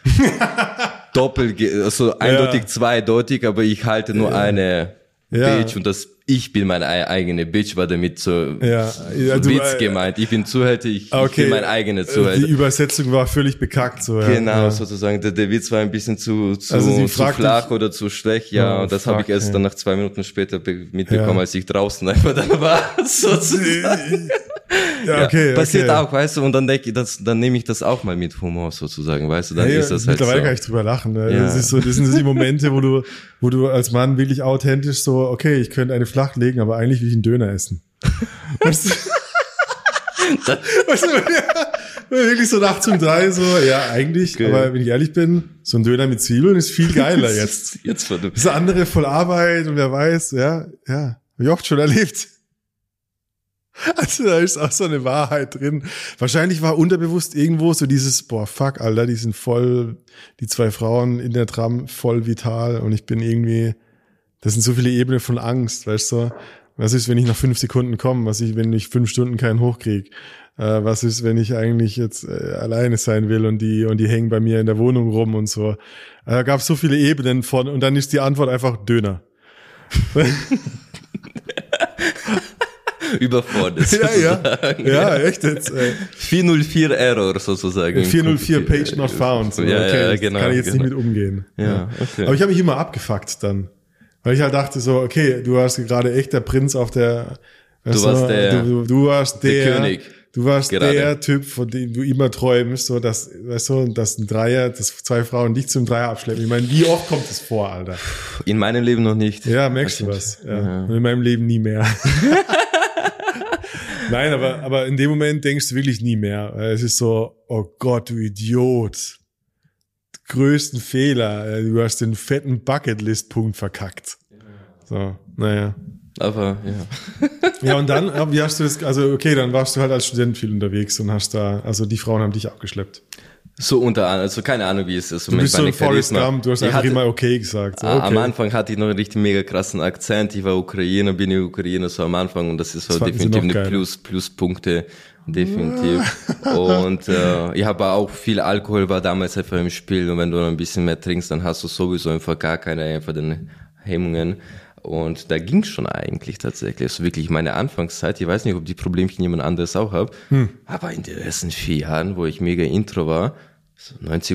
Eindeutig zweideutig, aber ich halte nur eine Bitch und ich bin meine eigene Bitch, war damit so Witz gemeint. Ich bin Zuhälter, ich bin mein eigener Zuhälter. Die Übersetzung war völlig bekackt. So, ja. Genau, sozusagen. Der Witz war ein bisschen zu flach oder zu schlecht. Ja, und das habe ich erst dann nach 2 Minuten später mitbekommen, als ich draußen einfach dann war. Sozusagen. Passiert auch, weißt du, und dann denke ich, dann nehme ich das auch mal mit Humor sozusagen, weißt du, dann ist das halt mittlerweile so. kann ich drüber lachen. Ne? Ja. Das sind so die Momente, wo du als Mann wirklich authentisch so, okay, ich könnte eine flach legen, aber eigentlich will ich einen Döner essen. Weißt du, wirklich so nachts um 3 so, ja, eigentlich, okay. Aber wenn ich ehrlich bin, so ein Döner mit Zwiebeln ist viel geiler jetzt. Das andere voll Arbeit und wer weiß, ja, habe ich oft schon erlebt. Also da ist auch so eine Wahrheit drin. Wahrscheinlich war unterbewusst irgendwo so dieses, fuck, Alter, die sind voll, die 2 Frauen in der Tram voll vital und ich bin irgendwie, das sind so viele Ebenen von Angst, weißt du? Was ist, wenn ich nach 5 Sekunden komme? Was ist, wenn ich 5 Stunden keinen hochkrieg? Was ist, wenn ich eigentlich jetzt alleine sein will und die hängen bei mir in der Wohnung rum und so? Da gab es so viele Ebenen von und dann ist die Antwort einfach Döner. Überfordert. Ja, echt jetzt. 404 Error sozusagen. 404 Page not found. So. Ja, genau. Kann ich jetzt nicht mit umgehen. Ja, okay. Aber ich habe mich immer abgefuckt dann. Weil ich halt dachte so, okay, du warst gerade echt der Prinz auf der... Du warst der König. Du warst gerade der Typ, von dem du immer träumst, so dass, weißt du, dass ein Dreier, dass 2 Frauen dich zum Dreier abschleppen. Ich meine, wie oft kommt es vor, Alter? In meinem Leben noch nicht. Ja, merkst du was? Ja. Und in meinem Leben nie mehr. Nein, aber in dem Moment denkst du wirklich nie mehr. Es ist so, oh Gott, du Idiot. Größten Fehler. Du hast den fetten Bucketlist-Punkt verkackt. So, naja. Aber, ja. Ja, und dann, wie hast du das, also okay, dann warst du halt als Student viel unterwegs und hast da, also die Frauen haben dich abgeschleppt. So also keine Ahnung, wie es ist. Du bist so ein Forrest Gump, du hast einfach immer okay gesagt. So, okay. Am Anfang hatte ich noch einen richtig mega krassen Akzent. Ich war Ukrainer, bin ich Ukrainer so am Anfang und das ist so definitiv eine Pluspunkte, definitiv. Und ich habe auch viel Alkohol war damals einfach im Spiel und wenn du noch ein bisschen mehr trinkst, dann hast du sowieso einfach gar keine einfach den Hemmungen. Und da ging's schon eigentlich tatsächlich. Also wirklich meine Anfangszeit, ich weiß nicht, ob die Problemchen jemand anderes auch hat, aber in den ersten 4 Jahren, wo ich mega intro war, so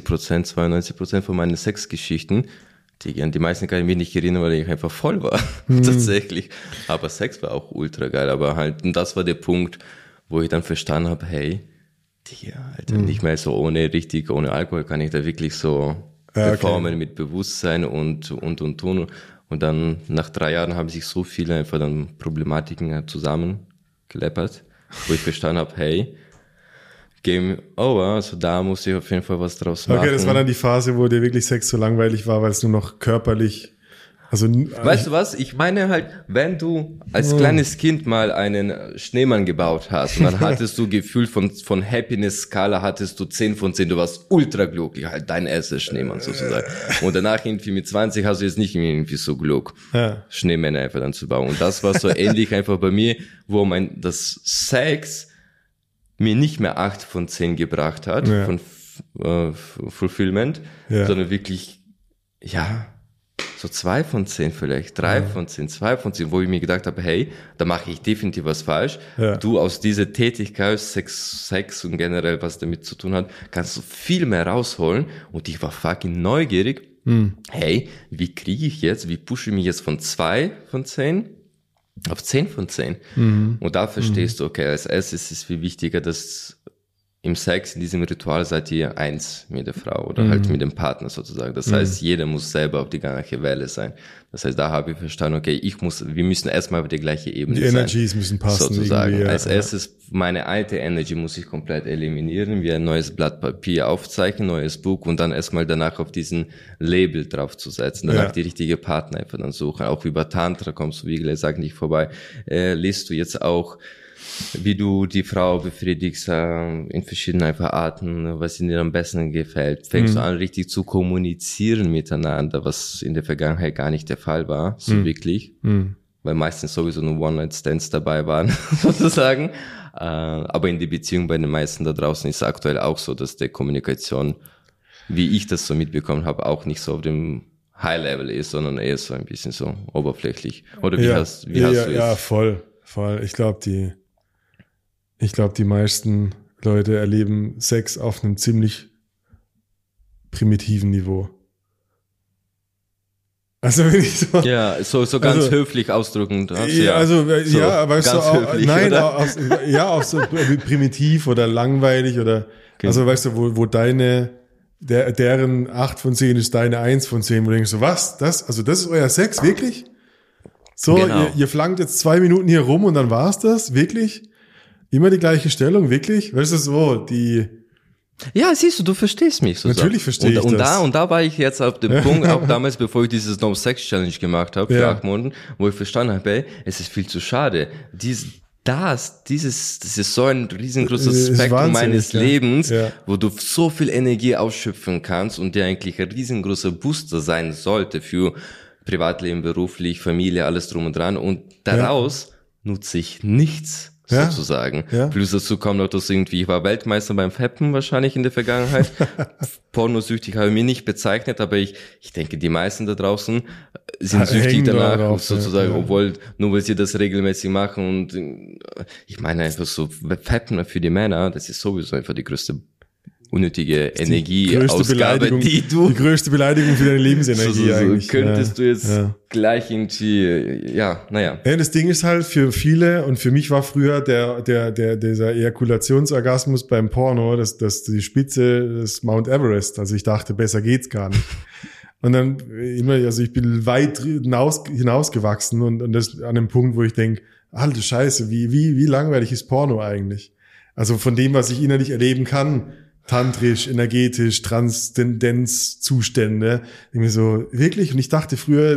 92% von meinen Sexgeschichten, die meisten kann ich mich nicht erinnern, weil ich einfach voll war, tatsächlich. Aber Sex war auch ultra geil, aber halt, und das war der Punkt, wo ich dann verstanden habe, hey, Alter, nicht mehr so ohne Alkohol kann ich da wirklich so performen mit Bewusstsein und tun. Und dann nach 3 Jahren haben sich so viele einfach dann Problematiken zusammengeleppert, wo ich verstanden habe, hey, Game over, also da muss ich auf jeden Fall was draus machen. Okay, das war dann die Phase, wo dir wirklich Sex so langweilig war, weil es nur noch körperlich, weißt du was? Ich meine halt, wenn du als kleines Kind mal einen Schneemann gebaut hast und dann hattest du Gefühl von Happiness-Skala hattest du 10 von 10, du warst ultra glücklich, halt dein erster Schneemann sozusagen. Und danach irgendwie mit 20 hast du jetzt nicht irgendwie so Glück, Schneemänner einfach dann zu bauen. Und das war so ähnlich einfach bei mir, wo das Sex mir nicht mehr 8 von 10 gebracht hat, von Fulfillment, sondern wirklich, so 2 von 10 vielleicht, 3 von 10, 2 von 10, wo ich mir gedacht habe, hey, da mache ich definitiv was falsch. Ja. Du aus dieser Tätigkeit, Sex und generell was damit zu tun hat, kannst du viel mehr rausholen. Und ich war fucking neugierig. Hey, wie pushe ich mich jetzt von 2 von 10 auf 10 von 10? Und da verstehst du, okay, als erstes ist es viel wichtiger, dass im Sex, in diesem Ritual seid ihr eins mit der Frau oder halt mit dem Partner sozusagen. Das heißt, jeder muss selber auf die gleiche Welle sein. Das heißt, da habe ich verstanden, okay, wir müssen erstmal auf die gleiche Ebene sein. Die Energies müssen passen. Sozusagen. Als erstes, meine alte Energy muss ich komplett eliminieren, wie ein neues Blatt Papier aufzeichnen, neues Buch und dann erstmal danach auf diesen Label draufzusetzen. Danach die richtige Partner einfach dann suchen. Auch über Tantra kommst du, wie gesagt, nicht vorbei. Liest du jetzt auch, wie du die Frau befriedigst, in verschiedenen einfach Arten, was ihnen am besten gefällt. Fängst du an, richtig zu kommunizieren miteinander, was in der Vergangenheit gar nicht der Fall war, so wirklich. Weil meistens sowieso nur One-Night-Stands dabei waren, sozusagen. Aber in der Beziehung bei den meisten da draußen ist es aktuell auch so, dass der Kommunikation, wie ich das so mitbekommen habe, auch nicht so auf dem High-Level ist, sondern eher so ein bisschen so oberflächlich. Oder wie hast du es? Ja, voll. Ich glaube, die meisten Leute erleben Sex auf einem ziemlich primitiven Niveau. Also wenn ich so... Ja, so ganz höflich ausdrückend. Weißt du, auf so primitiv oder langweilig oder... Okay. Also weißt du, wo deren 8 von 10 ist deine 1 von 10, wo du denkst so, was? Das ist euer Sex? Wirklich? So, genau. Ihr flankt jetzt 2 Minuten hier rum und dann war's das? Wirklich? Immer die gleiche Stellung, wirklich? Weißt du, so, Ja, siehst du verstehst mich so. Natürlich verstehe ich das. Und da war ich jetzt auf dem Punkt, auch damals, bevor ich dieses No Sex Challenge gemacht habe, für 8 Monaten, wo ich verstanden habe, ey, es ist viel zu schade. Das ist so ein riesengroßes Spektrum meines Lebens, wo du so viel Energie ausschöpfen kannst und der eigentlich ein riesengroßer Booster sein sollte für Privatleben, beruflich, Familie, alles drum und dran. Und daraus nutze ich nichts. Sozusagen. Ja. Plus dazu kommt noch, dass ich war Weltmeister beim Fappen wahrscheinlich in der Vergangenheit. Pornosüchtig habe ich mich nicht bezeichnet, aber ich denke, die meisten da draußen sind süchtig danach, drauf, sozusagen, obwohl, nur weil sie das regelmäßig machen und ich meine einfach so, Fappen für die Männer, das ist sowieso einfach die größte unnötige Energieausgabe, die größte Beleidigung für deine Lebensenergie eigentlich. Könntest du jetzt gleich irgendwie, naja. Ja, das Ding ist halt für viele und für mich war früher dieser Ejakulationsorgasmus beim Porno, das die Spitze des Mount Everest. Also ich dachte, besser geht's gar nicht. Und dann ich bin weit hinausgewachsen und das an dem Punkt, wo ich denke, alte Scheiße, wie langweilig ist Porno eigentlich? Also von dem, was ich innerlich erleben kann, tantrisch, energetisch, Transzendenzzustände. Irgendwie so, wirklich? Und ich dachte früher,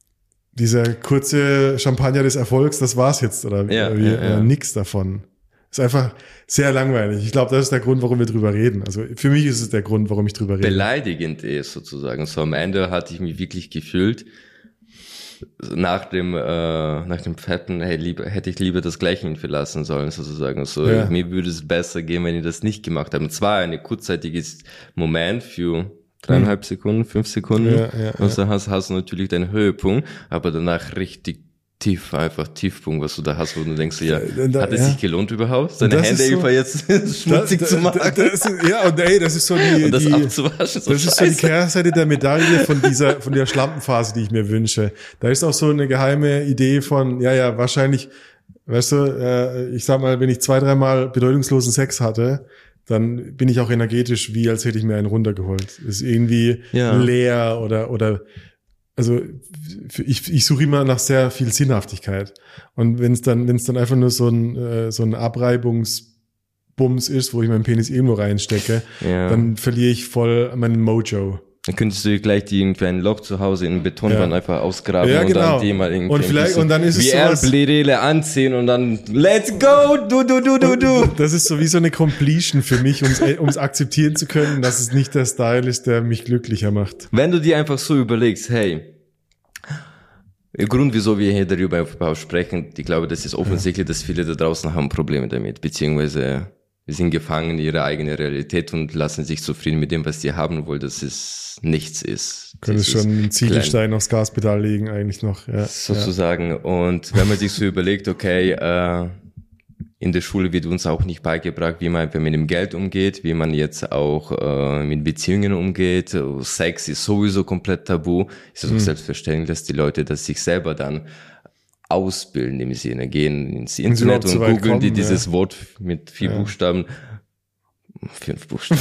dieser kurze Champagner des Erfolgs, das war's jetzt, oder nix davon. Ist einfach sehr langweilig. Ich glaube, das ist der Grund, warum wir drüber reden. Also für mich ist es der Grund, warum ich drüber rede. Beleidigend ist sozusagen. So am Ende hatte ich mich wirklich gefühlt, nach dem Fetten, hey, hätte ich lieber das Gleiche hinter lassen sollen, sozusagen. So, mir würde es besser gehen, wenn ich das nicht gemacht habe. Und zwar ein kurzzeitiges Moment für 3,5 Sekunden, 5 Sekunden. Und dann hast du natürlich deinen Höhepunkt, aber danach richtig Tiefpunkt, was du da hast, wo du denkst, hat es sich gelohnt überhaupt, seine Hände so, jetzt schmutzig zu machen? Das ist so die, und das abzuwaschen. Das ist so die Kehrseite der Medaille von der Schlampenphase, die ich mir wünsche. Da ist auch so eine geheime Idee von, wahrscheinlich, weißt du, ich sag mal, wenn ich 2-3 Mal bedeutungslosen Sex hatte, dann bin ich auch energetisch, wie als hätte ich mir einen runtergeholt. Ist irgendwie leer oder also ich suche immer nach sehr viel Sinnhaftigkeit. Und wenn es dann einfach nur so ein Abreibungsbums ist, wo ich meinen Penis irgendwo reinstecke, dann verliere ich voll meinen Mojo. Dann könntest du gleich irgendwie ein Loch zu Hause in den Betonwand einfach ausgraben und dann die mal irgendwie und dann ist es wie Airblade anziehen und dann let's go, du. Das ist so wie so eine Completion für mich, um es akzeptieren zu können, dass es nicht der Style ist, der mich glücklicher macht. Wenn du dir einfach so überlegst, hey, der Grund, wieso wir hier darüber überhaupt sprechen, ich glaube, das ist offensichtlich, dass viele da draußen haben Probleme damit, beziehungsweise wir sind gefangen in ihrer eigenen Realität und lassen sich zufrieden mit dem, was sie haben, obwohl das nichts ist. Könntest schon einen Ziegelstein aufs Gaspedal legen eigentlich noch. Ja, sozusagen. Ja. Und wenn man sich so überlegt, okay, in der Schule wird uns auch nicht beigebracht, wie man mit dem Geld umgeht, wie man jetzt auch mit Beziehungen umgeht. Sex ist sowieso komplett tabu. Ist es auch selbstverständlich, dass die Leute das sich selber dann ausbilden, im Sinne gehen ins Internet und googeln die dieses Wort mit 4 Buchstaben, 5 Buchstaben,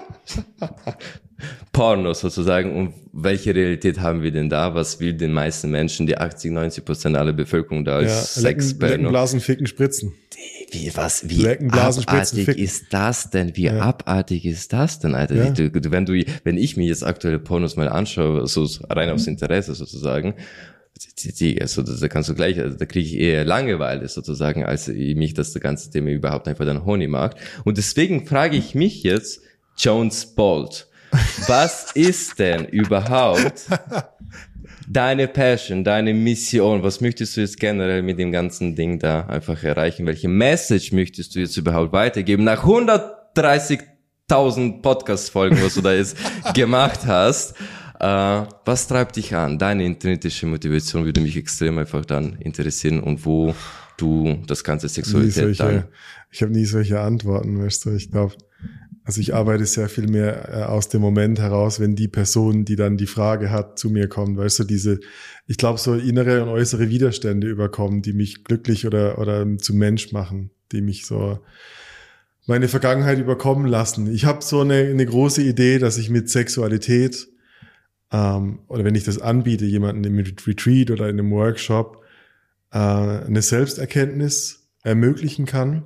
Porno sozusagen. Und welche Realität haben wir denn da? Was will den meisten Menschen, die 80-90% aller Bevölkerung da als Sex-Porno? Lecken, Blasen, Ficken, Spritzen. Wie abartig ist das denn? Wie abartig ist das denn, Alter? Ja. Wenn ich mir jetzt aktuelle Pornos mal anschaue, so rein aufs Interesse sozusagen, also da kannst du gleich, da kriege ich eher Langeweile sozusagen, als mich das ganze Thema überhaupt einfach dann Honig macht. Und deswegen frage ich mich jetzt, Jones Bolt, was ist denn überhaupt deine Passion, deine Mission? Was möchtest du jetzt generell mit dem ganzen Ding da einfach erreichen? Welche Message möchtest du jetzt überhaupt weitergeben? Nach 130.000 Podcast-Folgen, was du da jetzt gemacht hast, was treibt dich an? Deine intrinsische Motivation würde mich extrem einfach dann interessieren und wo du das ganze Sexualität dann... Ich habe nie solche Antworten, weißt du, ich glaube, also ich arbeite sehr viel mehr aus dem Moment heraus, wenn die Person, die dann die Frage hat, zu mir kommt, weißt du, ich glaube, so innere und äußere Widerstände überkommen, die mich glücklich oder zum Mensch machen, die mich so meine Vergangenheit überkommen lassen. Ich habe so eine große Idee, dass ich mit Sexualität oder wenn ich das anbiete, jemanden im Retreat oder in einem Workshop, eine Selbsterkenntnis ermöglichen kann,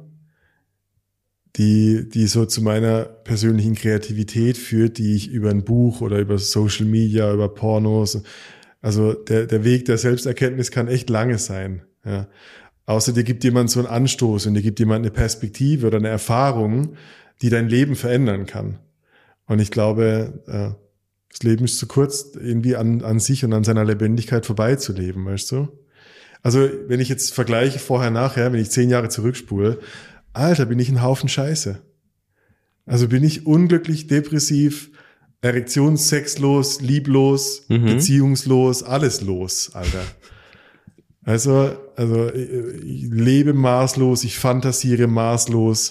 die so zu meiner persönlichen Kreativität führt, die ich über ein Buch oder über Social Media, über Pornos, also der Weg der Selbsterkenntnis kann echt lange sein. Ja. Außer dir gibt jemand so einen Anstoß und dir gibt jemand eine Perspektive oder eine Erfahrung, die dein Leben verändern kann. Und ich glaube, das Leben ist zu kurz, irgendwie an sich und an seiner Lebendigkeit vorbeizuleben, weißt du? Also, wenn ich jetzt vergleiche vorher, nachher, wenn ich 10 Jahre zurückspule, Alter, bin ich ein Haufen Scheiße. Also bin ich unglücklich, depressiv, erektionssexlos, lieblos, beziehungslos, alles los, Alter. Also ich lebe maßlos, ich fantasiere maßlos,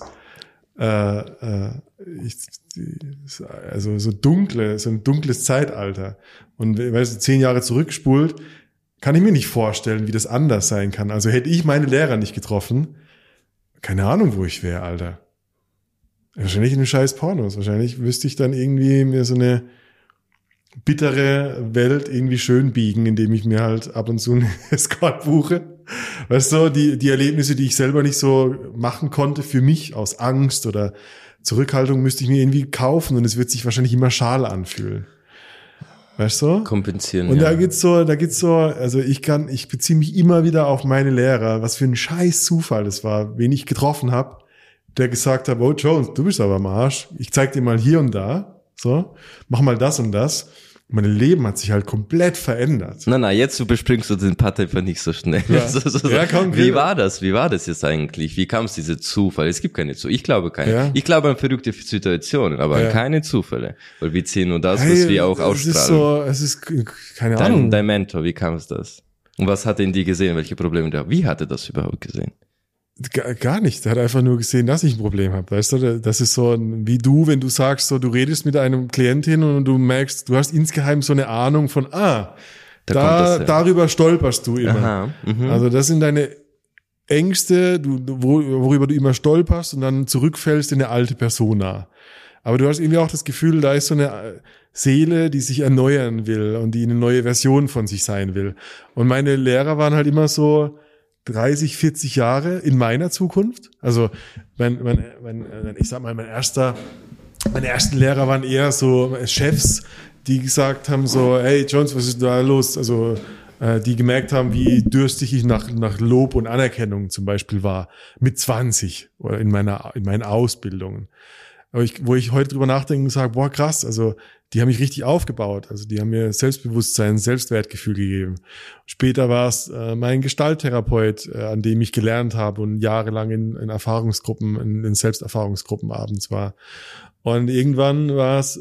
also so ein dunkles Zeitalter. Und weißt du, 10 Jahre zurückspult, kann ich mir nicht vorstellen, wie das anders sein kann. Also hätte ich meine Lehrer nicht getroffen, keine Ahnung, wo ich wäre, Alter. Wahrscheinlich in einem scheiß Pornos. Wahrscheinlich wüsste ich dann irgendwie mir so eine bittere Welt irgendwie schön biegen, indem ich mir halt ab und zu einen Escort buche. Weißt du, die Erlebnisse, die ich selber nicht so machen konnte für mich aus Angst oder Zurückhaltung, müsste ich mir irgendwie kaufen und es wird sich wahrscheinlich immer schal anfühlen. Weißt du? Kompensieren. Und da geht's so, also ich beziehe mich immer wieder auf meine Lehrer, was für ein scheiß Zufall das war, wen ich getroffen habe, der gesagt hat, oh Jones, du bist aber am Arsch, ich zeig dir mal hier und da, so, mach mal das und das. Mein Leben hat sich halt komplett verändert. Na, jetzt überspringst du den Part einfach nicht so schnell. Ja. Ja, komm, Wie war das jetzt eigentlich? Wie kam es diese Zufall? Es gibt keine Zufälle. Ich glaube keine. Ja. Ich glaube an verrückte Situationen, aber an keine Zufälle. Weil wir ziehen nur das, was wir auch ausstrahlen. Es ist keine Ahnung. Dein Mentor, wie kam es das? Und was hat er in dir gesehen? Welche Probleme der? Wie hat er das überhaupt gesehen? Gar nicht. Der hat einfach nur gesehen, dass ich ein Problem habe. Weißt du, das ist so wie du, wenn du sagst, so, du redest mit einem Klientin und du merkst, du hast insgeheim so eine Ahnung von, darüber stolperst du immer. Aha, also das sind deine Ängste, worüber du immer stolperst und dann zurückfällst in eine alte Persona. Aber du hast irgendwie auch das Gefühl, da ist so eine Seele, die sich erneuern will und die eine neue Version von sich sein will. Und meine Lehrer waren halt immer so 30, 40 Jahre in meiner Zukunft. Also ich sag mal, meine ersten Lehrer waren eher so Chefs, die gesagt haben so, hey Jones, was ist da los? Also die gemerkt haben, wie dürstig ich nach Lob und Anerkennung zum Beispiel war mit 20 oder in meinen Ausbildungen. Aber wo ich heute drüber nachdenke und sage, boah krass, also die haben mich richtig aufgebaut. Also die haben mir Selbstbewusstsein, Selbstwertgefühl gegeben. Später war es mein Gestalttherapeut, an dem ich gelernt habe und jahrelang in Erfahrungsgruppen, in Selbsterfahrungsgruppen abends war. Und irgendwann war es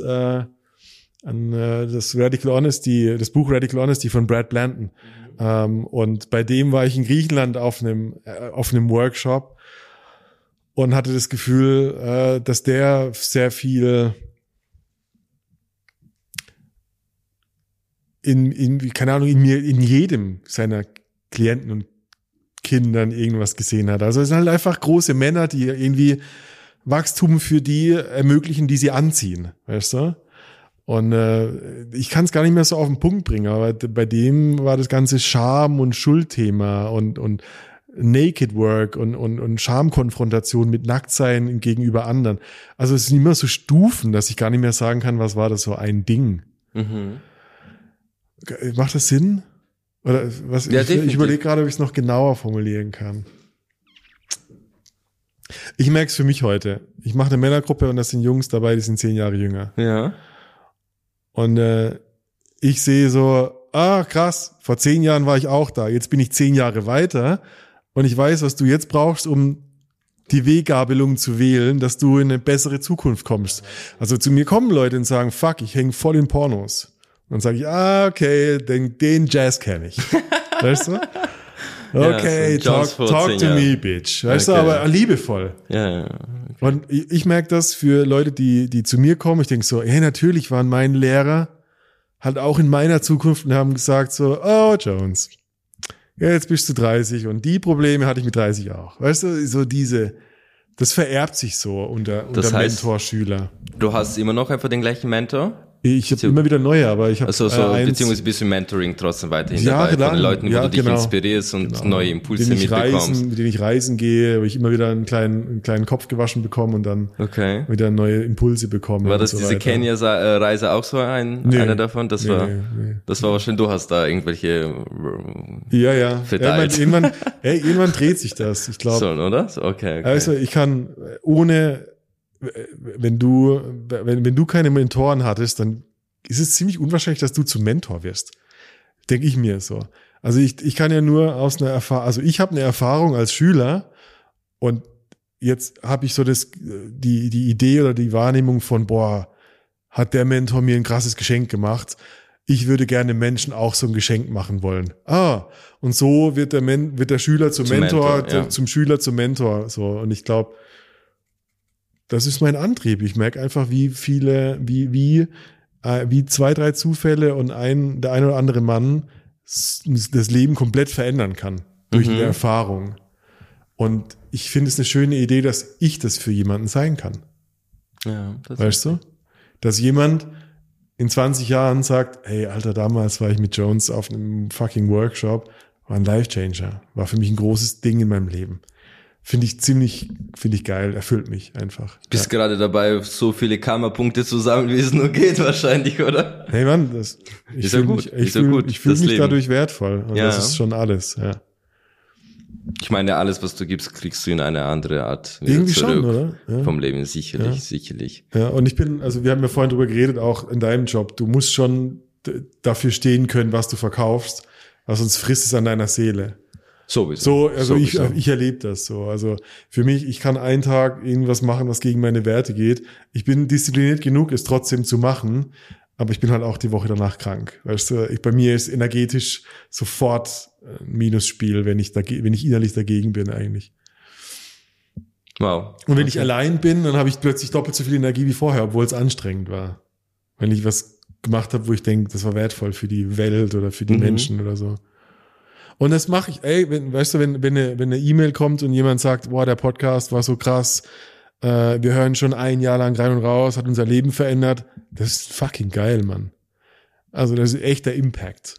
das Buch Radical Honesty von Brad Blanton. Und bei dem war ich in Griechenland auf einem Workshop und hatte das Gefühl, dass der sehr viel in jedem seiner Klienten und Kindern irgendwas gesehen hat. Also es sind halt einfach große Männer, die irgendwie Wachstum für die ermöglichen, die sie anziehen, weißt du? Und ich kann es gar nicht mehr so auf den Punkt bringen, aber bei dem war das ganze Scham- und Schuldthema und Naked Work und Schamkonfrontation mit Nacktsein gegenüber anderen. Also es sind immer so Stufen, dass ich gar nicht mehr sagen kann, was war das so ein Ding. Mhm. Macht das Sinn? Oder was? Ja, ich überlege gerade, ob ich es noch genauer formulieren kann. Ich merke es für mich heute. Ich mache eine Männergruppe und da sind Jungs dabei, die sind 10 Jahre jünger. Ja. Und ich sehe so, krass, vor 10 Jahren war ich auch da. Jetzt bin ich 10 Jahre weiter und ich weiß, was du jetzt brauchst, um die Weggabelung zu wählen, dass du in eine bessere Zukunft kommst. Also zu mir kommen Leute und sagen, fuck, ich hänge voll in Pornos. Und dann sage ich, okay, den Jazz kenne ich. Weißt du? Okay, ja, so talk to me, bitch. Weißt du, aber liebevoll. Ja. Okay. Und ich merke das für Leute, die zu mir kommen. Ich denke so, hey, natürlich waren meine Lehrer halt auch in meiner Zukunft und haben gesagt so, oh, Jones, jetzt bist du 30 und die Probleme hatte ich mit 30 auch. Weißt du, so das vererbt sich so unter Mentor-Schüler. Du hast immer noch einfach den gleichen Mentor? Ich habe immer wieder neue, aber ich habe beziehungsweise ein bisschen Mentoring trotzdem weiterhin dabei von den Leuten, wo du dich inspirierst und neue Impulse mitbekommst. Mit denen ich reisen gehe, wo ich immer wieder einen kleinen Kopf gewaschen bekomme und dann wieder neue Impulse bekomme. War das diese Kenia-Reise auch so einer davon? Das war wahrscheinlich, du hast da irgendwelche irgendwann dreht sich das, ich glaube. So, oder? Okay. Also ich kann wenn du keine Mentoren hattest, dann ist es ziemlich unwahrscheinlich, dass du zum Mentor wirst. Denke ich mir so. Also ich kann ja nur aus einer Erfahrung, also ich habe eine Erfahrung als Schüler und jetzt habe ich so die Idee oder die Wahrnehmung von, hat der Mentor mir ein krasses Geschenk gemacht. Ich würde gerne Menschen auch so ein Geschenk machen wollen. Und so wird der Schüler zum Mentor, zum Schüler zum Mentor, so. Und ich glaube, das ist mein Antrieb. Ich merke einfach, wie 2, 3 Zufälle und der ein oder andere Mann das Leben komplett verändern kann durch eine Erfahrung. Und ich finde es eine schöne Idee, dass ich das für jemanden sein kann. Ja, das weißt du? Dass jemand in 20 Jahren sagt, hey, Alter, damals war ich mit Jones auf einem fucking Workshop, war ein Life-Changer, war für mich ein großes Ding in meinem Leben. Finde ich geil, erfüllt mich einfach. Bist gerade dabei, so viele Karma-Punkte zu sammeln, wie es nur geht wahrscheinlich, oder? Hey Mann, ich fühle mich dadurch wertvoll und das ist schon alles, ja. Ich meine, alles, was du gibst, kriegst du in eine andere Art irgendwie zurück schon, oder? Ja. Vom Leben, sicherlich. Ja, und wir haben ja vorhin drüber geredet, auch in deinem Job, du musst schon dafür stehen können, was du verkaufst, weil sonst frisst es an deiner Seele. Sowieso. Ich erlebe das so. Also für mich, ich kann einen Tag irgendwas machen, was gegen meine Werte geht. Ich bin diszipliniert genug, es trotzdem zu machen, aber ich bin halt auch die Woche danach krank. Weißt du, bei mir ist energetisch sofort ein Minusspiel, wenn ich innerlich dagegen bin eigentlich. Wow. Und wenn ich allein bin, dann habe ich plötzlich doppelt so viel Energie wie vorher, obwohl es anstrengend war. Wenn ich was gemacht habe, wo ich denke, das war wertvoll für die Welt oder für die Menschen oder so. Und das mache ich, wenn eine E-Mail kommt und jemand sagt, boah, der Podcast war so krass, wir hören schon ein Jahr lang rein und raus, hat unser Leben verändert, das ist fucking geil, Mann. Also das ist echt der Impact.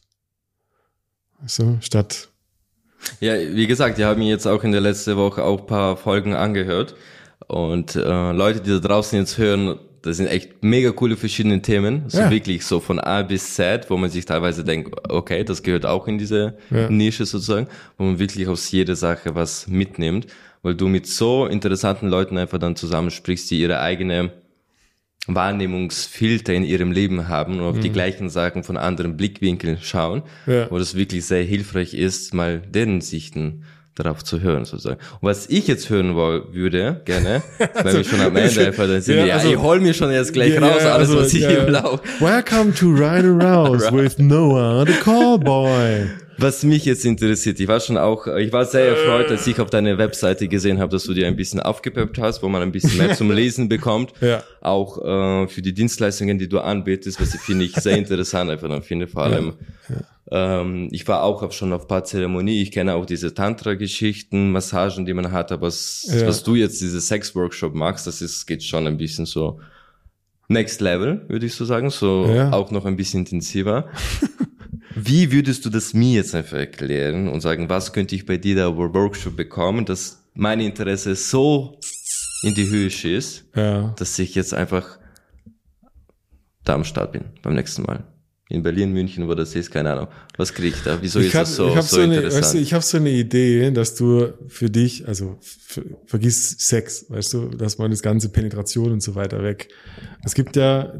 So, statt... Ja, wie gesagt, ich habe mir jetzt auch in der letzten Woche auch ein paar Folgen angehört und Leute, die da draußen jetzt hören, das sind echt mega coole verschiedene Themen, so wirklich so von A bis Z, wo man sich teilweise denkt, okay, das gehört auch in diese Nische sozusagen, wo man wirklich aus jeder Sache was mitnimmt, weil du mit so interessanten Leuten einfach dann zusammensprichst, die ihre eigene Wahrnehmungsfilter in ihrem Leben haben und auf die gleichen Sachen von anderen Blickwinkeln schauen, wo das wirklich sehr hilfreich ist, mal deren Sichten darauf zu hören, sozusagen. Und was ich jetzt hören würde, gerne, weil wir schon am Ende einfach da sind, ich hol mir schon jetzt gleich raus, alles, was ich im Blau. Welcome to Ride Arouse with Noah, the Callboy. Was mich jetzt interessiert, ich war sehr erfreut, als ich auf deiner Webseite gesehen habe, dass du dir ein bisschen aufgepeppt hast, wo man ein bisschen mehr zum Lesen bekommt. Auch für die Dienstleistungen, die du anbietest, was finde ich sehr interessant, einfach dann finde vor allem. Ich war auch schon auf ein paar Zeremonien, ich kenne auch diese Tantra-Geschichten, Massagen, die man hat, aber was du jetzt, diese Sex-Workshop machst, geht schon ein bisschen so Next Level, würde ich so sagen, auch noch ein bisschen intensiver. Wie würdest du das mir jetzt einfach erklären und sagen, was könnte ich bei dir da Workshop bekommen, dass mein Interesse so in die Höhe schießt, dass ich jetzt einfach da am Start bin beim nächsten Mal? In Berlin, München, wo das ist, keine Ahnung. Was kriege ich da? Wieso ist das so interessant? Ich habe so eine Idee, dass du für dich, also vergiss Sex, weißt du, dass man das ganze Penetration und so weiter weg. Es gibt ja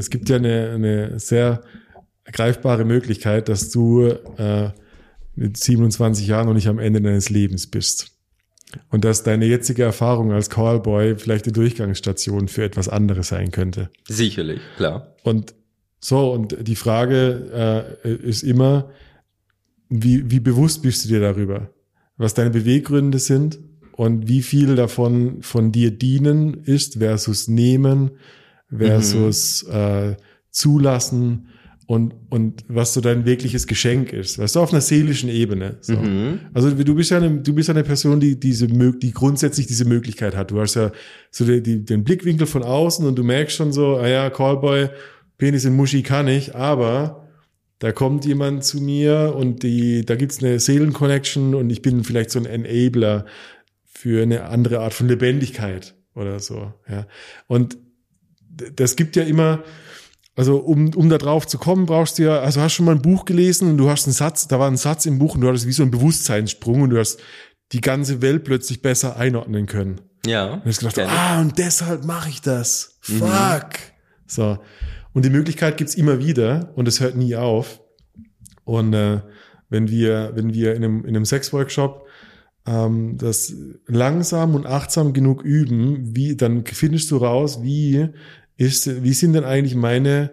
eine sehr greifbare Möglichkeit, dass du mit 27 Jahren noch nicht am Ende deines Lebens bist. Und dass deine jetzige Erfahrung als Callboy vielleicht die Durchgangsstation für etwas anderes sein könnte. Sicherlich, klar. Und die Frage ist immer, wie bewusst bist du dir darüber? Was deine Beweggründe sind und wie viel davon von dir dienen ist versus nehmen versus zulassen und was so dein wirkliches Geschenk ist, weißt du, auf einer seelischen Ebene. So. Also du bist ja eine Person, die grundsätzlich diese Möglichkeit hat. Du hast ja so den Blickwinkel von außen und du merkst schon so, Callboy, Penis in Muschi kann ich, aber da kommt jemand zu mir und da gibt's eine Seelenconnection und ich bin vielleicht so ein Enabler für eine andere Art von Lebendigkeit oder so. Ja. Und das gibt ja immer, also um da drauf zu kommen, brauchst du ja, also hast schon mal ein Buch gelesen und du hast einen Satz, da war ein Satz im Buch und du hattest wie so einen Bewusstseinssprung und du hast die ganze Welt plötzlich besser einordnen können. Ja. Und du hast gedacht, und deshalb mache ich das. Fuck. So. Und die Möglichkeit gibt's immer wieder und es hört nie auf. Und wenn wir in einem Sexworkshop das langsam und achtsam genug üben, dann findest du raus, wie sind denn eigentlich meine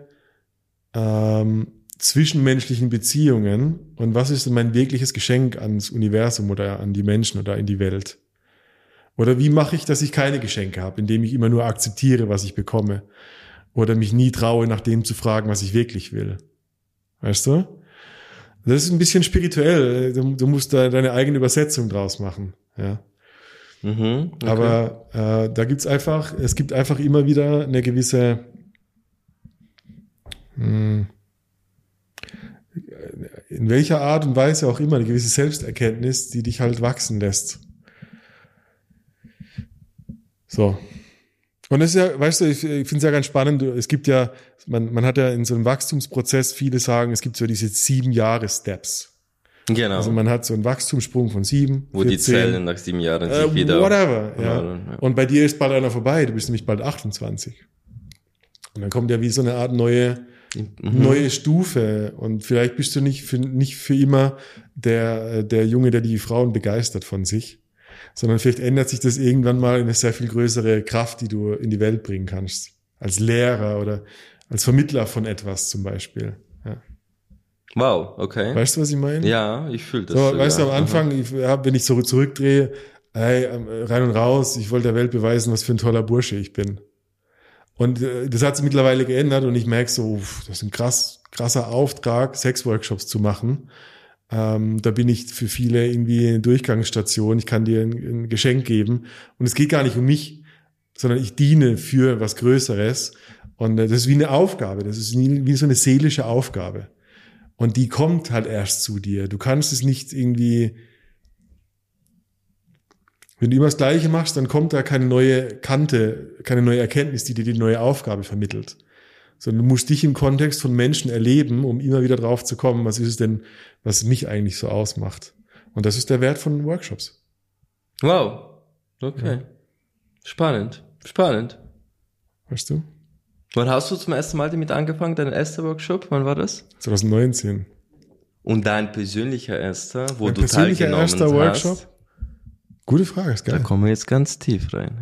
zwischenmenschlichen Beziehungen und was ist denn mein wirkliches Geschenk ans Universum oder an die Menschen oder in die Welt? Oder wie mache ich, dass ich keine Geschenke habe, indem ich immer nur akzeptiere, was ich bekomme? Oder mich nie traue, nach dem zu fragen, was ich wirklich will. Weißt du? Das ist ein bisschen spirituell. Du musst da deine eigene Übersetzung draus machen. Ja. Okay. Aber es gibt einfach immer wieder eine gewisse in welcher Art und Weise auch immer, eine gewisse Selbsterkenntnis, die dich halt wachsen lässt. So. Und das ist ja, weißt du, ich finde es ja ganz spannend, es gibt ja, man hat ja in so einem Wachstumsprozess, viele sagen, es gibt so diese 7-Jahre-Steps. Genau. Also man hat so einen Wachstumssprung von 7, Wo 14, die Zellen nach 7 Jahren sich wieder... Whatever, ja. Ja. Und bei dir ist bald einer vorbei, du bist nämlich bald 28. Und dann kommt ja wie so eine Art neue Stufe. Und vielleicht bist du nicht für immer der Junge, der die Frauen begeistert von sich, sondern vielleicht ändert sich das irgendwann mal in eine sehr viel größere Kraft, die du in die Welt bringen kannst. Als Lehrer oder als Vermittler von etwas zum Beispiel. Ja. Wow, okay. Weißt du, was ich meine? Ja, ich fühle das. So, sogar. weißt du, am Anfang, wenn ich so zurückdrehe, hey, rein und raus, ich wollte der Welt beweisen, was für ein toller Bursche ich bin. Und das hat sich mittlerweile geändert und ich merke so, das ist ein krasser Auftrag, Sexworkshops zu machen. Da bin ich für viele irgendwie eine Durchgangsstation, ich kann dir ein Geschenk geben. Und es geht gar nicht um mich, sondern ich diene für was Größeres. Und das ist wie eine Aufgabe, das ist wie so eine seelische Aufgabe. Und die kommt halt erst zu dir. Du kannst es nicht irgendwie, wenn du immer das Gleiche machst, dann kommt da keine neue Kante, keine neue Erkenntnis, die dir die neue Aufgabe vermittelt. Sondern du musst dich im Kontext von Menschen erleben, um immer wieder drauf zu kommen, was ist es denn, was mich eigentlich so ausmacht. Und das ist der Wert von Workshops. Wow, okay. Ja. Spannend. Weißt du? Wann hast du zum ersten Mal damit angefangen, deinen ersten Workshop? Wann war das? 2019. Und dein persönlicher erster, wo mein du teilgenommen hast? Persönlicher erster Workshop? Gute Frage, ist geil. Da kommen wir jetzt ganz tief rein.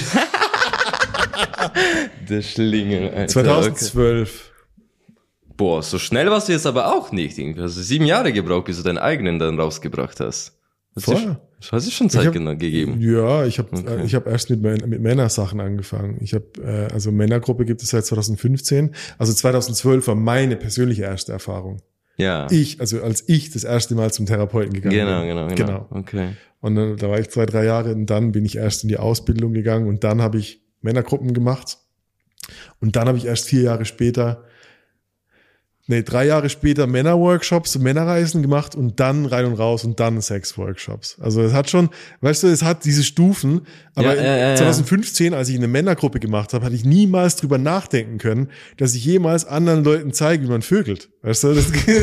Der Schlingel, Alter. 2012. Okay. Boah, so schnell warst du jetzt aber auch nicht. Irgendwie. Hast du 7 Jahre gebraucht, bis du deinen eigenen dann rausgebracht hast. Vorher. Das hat sich schon Zeit gegeben. Ja, ich habe erst mit Männersachen angefangen. Also Männergruppe gibt es seit 2015. Also 2012 war meine persönliche erste Erfahrung. Ja. Als ich das erste Mal zum Therapeuten gegangen bin. Genau. Okay. Und dann, da war ich 2-3 Jahre und dann bin ich erst in die Ausbildung gegangen und dann habe ich Männergruppen gemacht. Und dann habe ich erst 3 Jahre später Männerworkshops, Männerreisen gemacht und dann rein und raus und dann Sexworkshops. Also es hat schon, weißt du, es hat diese Stufen, aber 2015, als ich eine Männergruppe gemacht habe, hatte ich niemals drüber nachdenken können, dass ich jemals anderen Leuten zeige, wie man vögelt. Weißt du,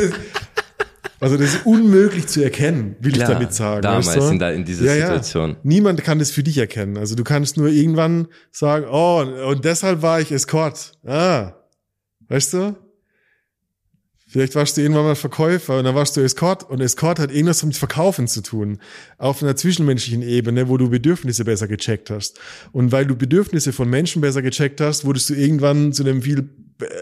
das ist unmöglich zu erkennen, will ich damit sagen. Damals weißt du? in dieser Situation. Ja. Niemand kann das für dich erkennen. Also du kannst nur irgendwann sagen, oh, und deshalb war ich Escort. Weißt du? Vielleicht warst du irgendwann mal Verkäufer und dann warst du Escort und Escort hat irgendwas mit Verkaufen zu tun. Auf einer zwischenmenschlichen Ebene, wo du Bedürfnisse besser gecheckt hast. Und weil du Bedürfnisse von Menschen besser gecheckt hast, wurdest du irgendwann zu einem viel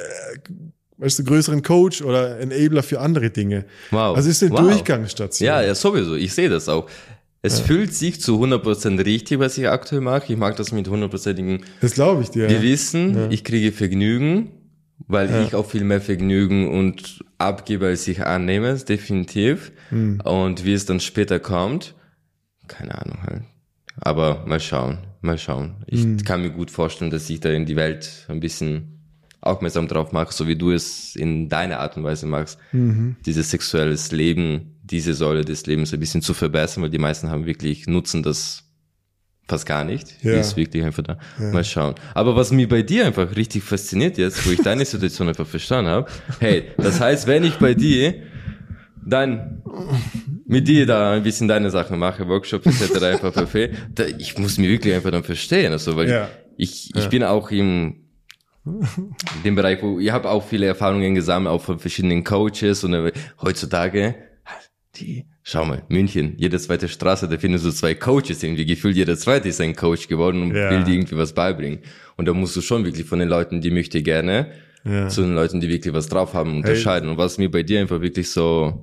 größeren Coach oder Enabler für andere Dinge. Wow. Also es ist eine Durchgangsstation. Ja, sowieso. Ich sehe das auch. Es fühlt sich zu 100% richtig, was ich aktuell mache. Ich mag das mit 100%igen Das glaube ich dir. Gewissen. Ja. Ich kriege Vergnügen. Weil ich auch viel mehr Vergnügen und abgebe, als ich annehme, definitiv. Und wie es dann später kommt, keine Ahnung halt. Aber mal schauen. Ich kann mir gut vorstellen, dass ich da in die Welt ein bisschen aufmerksam drauf mache, so wie du es in deiner Art und Weise machst, dieses sexuelles Leben, diese Säule des Lebens ein bisschen zu verbessern, weil die meisten nutzen das fast gar nicht. Ja. Die ist wirklich einfach da. Ja. Mal schauen. Aber was mich bei dir einfach richtig fasziniert jetzt, wo ich deine Situation einfach verstanden habe, hey, das heißt, wenn ich bei dir dann mit dir da ein bisschen deine Sachen mache, Workshops etc. einfach perfekt, ich muss mich wirklich einfach dann verstehen, also, weil ich bin auch in dem Bereich, wo ich habe auch viele Erfahrungen gesammelt, auch von verschiedenen Coaches und heutzutage schau mal, München, jede zweite Straße, da findest du 2 Coaches irgendwie, gefühlt jeder zweite ist ein Coach geworden und will dir irgendwie was beibringen. Und da musst du schon wirklich von den Leuten, die möchte gerne, zu den Leuten, die wirklich was drauf haben, unterscheiden. Und was mir bei dir einfach wirklich so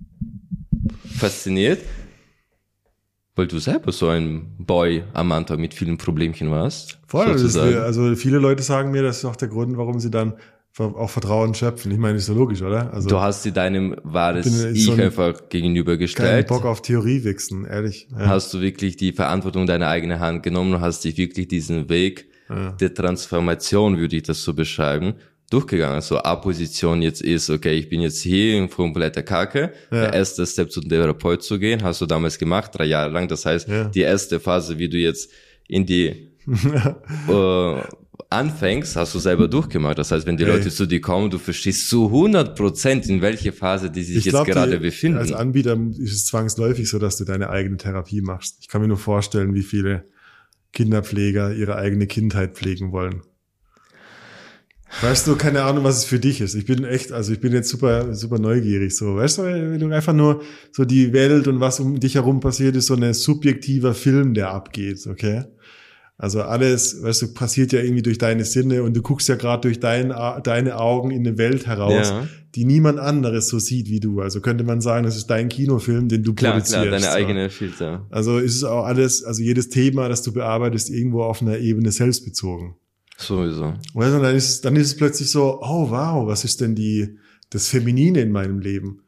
fasziniert, weil du selber so ein Boy am Anfang mit vielen Problemchen warst. Voll, also viele Leute sagen mir, das ist auch der Grund, warum sie dann auch Vertrauen schöpfen. Ich meine, ist so logisch, oder? Also du hast dir deinem wahres Ich einfach gegenübergestellt. Keinen Bock auf Theorie wichsen, ehrlich. Ja. Hast du wirklich die Verantwortung in deine eigene Hand genommen und hast dich wirklich diesen Weg der Transformation, würde ich das so beschreiben, durchgegangen. So A-Position jetzt ist, okay, ich bin jetzt hier in kompletter Kacke. Der erste Step zum Therapeut zu gehen, hast du damals gemacht, 3 Jahre lang. Das heißt, die erste Phase, wie du jetzt in die anfängst, hast du selber durchgemacht. Das heißt, wenn die Leute zu dir kommen, du verstehst zu 100%, in welche Phase die sich jetzt gerade befinden. Als Anbieter ist es zwangsläufig so, dass du deine eigene Therapie machst. Ich kann mir nur vorstellen, wie viele Kinderpfleger ihre eigene Kindheit pflegen wollen. Weißt du, keine Ahnung, was es für dich ist. Ich bin jetzt super, super neugierig, so. Weißt du, wenn du einfach nur so die Welt und was um dich herum passiert, ist so ein subjektiver Film, der abgeht, okay? Also alles, weißt du, passiert ja irgendwie durch deine Sinne und du guckst ja gerade durch deine Augen in eine Welt heraus, die niemand anderes so sieht wie du. Also könnte man sagen, das ist dein Kinofilm, den du produzierst. Klar, deine eigene Filter. Also ist es auch alles, also jedes Thema, das du bearbeitest, irgendwo auf einer Ebene selbstbezogen. Sowieso. Weißt du, dann ist es plötzlich so, oh wow, was ist denn das Feminine in meinem Leben?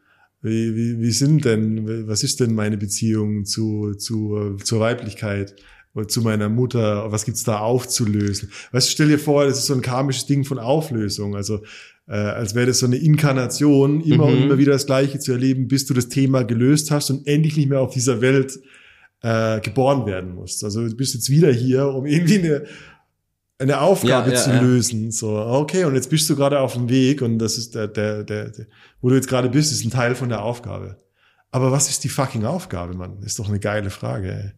Was ist denn meine Beziehung zur Weiblichkeit? Oder zu meiner Mutter, was gibt's da aufzulösen? Weißt du, stell dir vor, das ist so ein karmisches Ding von Auflösung, also als wäre das so eine Inkarnation, immer und immer wieder das Gleiche zu erleben, bis du das Thema gelöst hast und endlich nicht mehr auf dieser Welt geboren werden musst. Also du bist jetzt wieder hier, um irgendwie eine Aufgabe zu lösen. So, okay, und jetzt bist du gerade auf dem Weg und das ist wo du jetzt gerade bist, ist ein Teil von der Aufgabe. Aber was ist die fucking Aufgabe, Mann? Ist doch eine geile Frage, ey.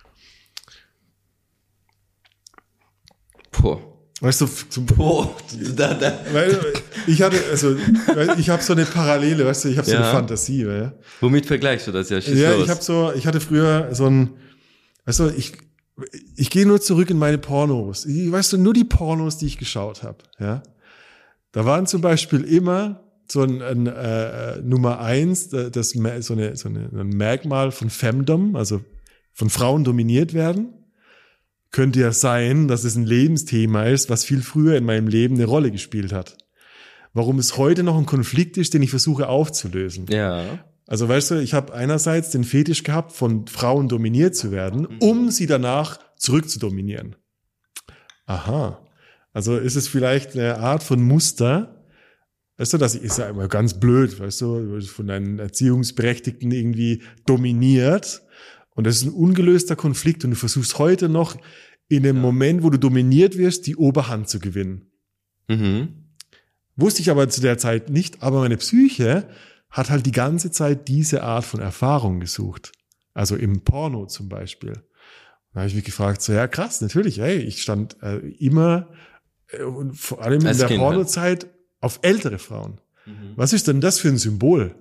Weißt du, weil ich habe so eine Parallele, weißt du, ich habe so eine Fantasie, ja. Womit vergleichst du das ja? Ich hatte früher so ein, weißt du, ich gehe nur zurück in meine Pornos. Weißt du, nur die Pornos, die ich geschaut habe, ja. Da waren zum Beispiel immer so ein Nummer 1, so ein Merkmal von Femdom, also von Frauen dominiert werden. Könnte ja sein, dass es ein Lebensthema ist, was viel früher in meinem Leben eine Rolle gespielt hat. Warum es heute noch ein Konflikt ist, den ich versuche aufzulösen. Ja. Also weißt du, ich habe einerseits den Fetisch gehabt, von Frauen dominiert zu werden, um sie danach zurück zu dominieren. Aha. Also ist es vielleicht eine Art von Muster, weißt du, ist ja immer ganz blöd, weißt du, von deinen Erziehungsberechtigten irgendwie dominiert. Und das ist ein ungelöster Konflikt und du versuchst heute noch in dem Moment, wo du dominiert wirst, die Oberhand zu gewinnen. Wusste ich aber zu der Zeit nicht, aber meine Psyche hat halt die ganze Zeit diese Art von Erfahrung gesucht. Also im Porno zum Beispiel. Da habe ich mich gefragt, so ja krass, natürlich, hey, ich stand immer, und vor allem in der Pornozeit, auf ältere Frauen. Was ist denn das für ein Symbol?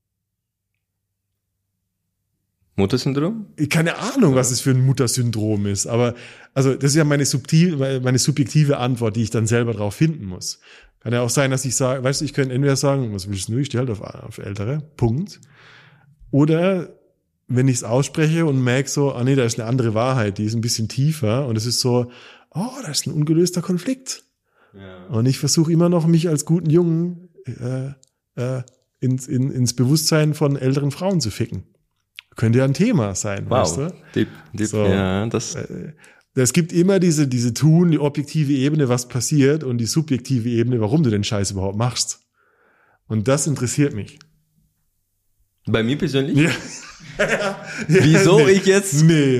Muttersyndrom? Keine Ahnung, was es für ein Muttersyndrom ist, aber also das ist ja meine subjektive Antwort, die ich dann selber drauf finden muss. Kann ja auch sein, dass ich sage, weißt du, ich könnte entweder sagen, was willst du, ich stehe halt auf Ältere, Punkt. Oder wenn ich es ausspreche und merke so, nee, da ist eine andere Wahrheit, die ist ein bisschen tiefer und es ist so, da ist ein ungelöster Konflikt. Ja. Und ich versuche immer noch, mich als guten Jungen ins Bewusstsein von älteren Frauen zu ficken. Könnte ja ein Thema sein, weißt du? Deep, so, ja, es gibt immer die objektive Ebene, was passiert, und die subjektive Ebene, warum du den Scheiß überhaupt machst. Und das interessiert mich. Bei mir persönlich? Ja. Wieso ich jetzt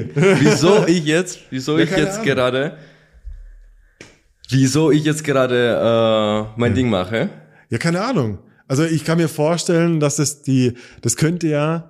gerade mein Ding mache? Ja, keine Ahnung. Also ich kann mir vorstellen, dass das könnte ja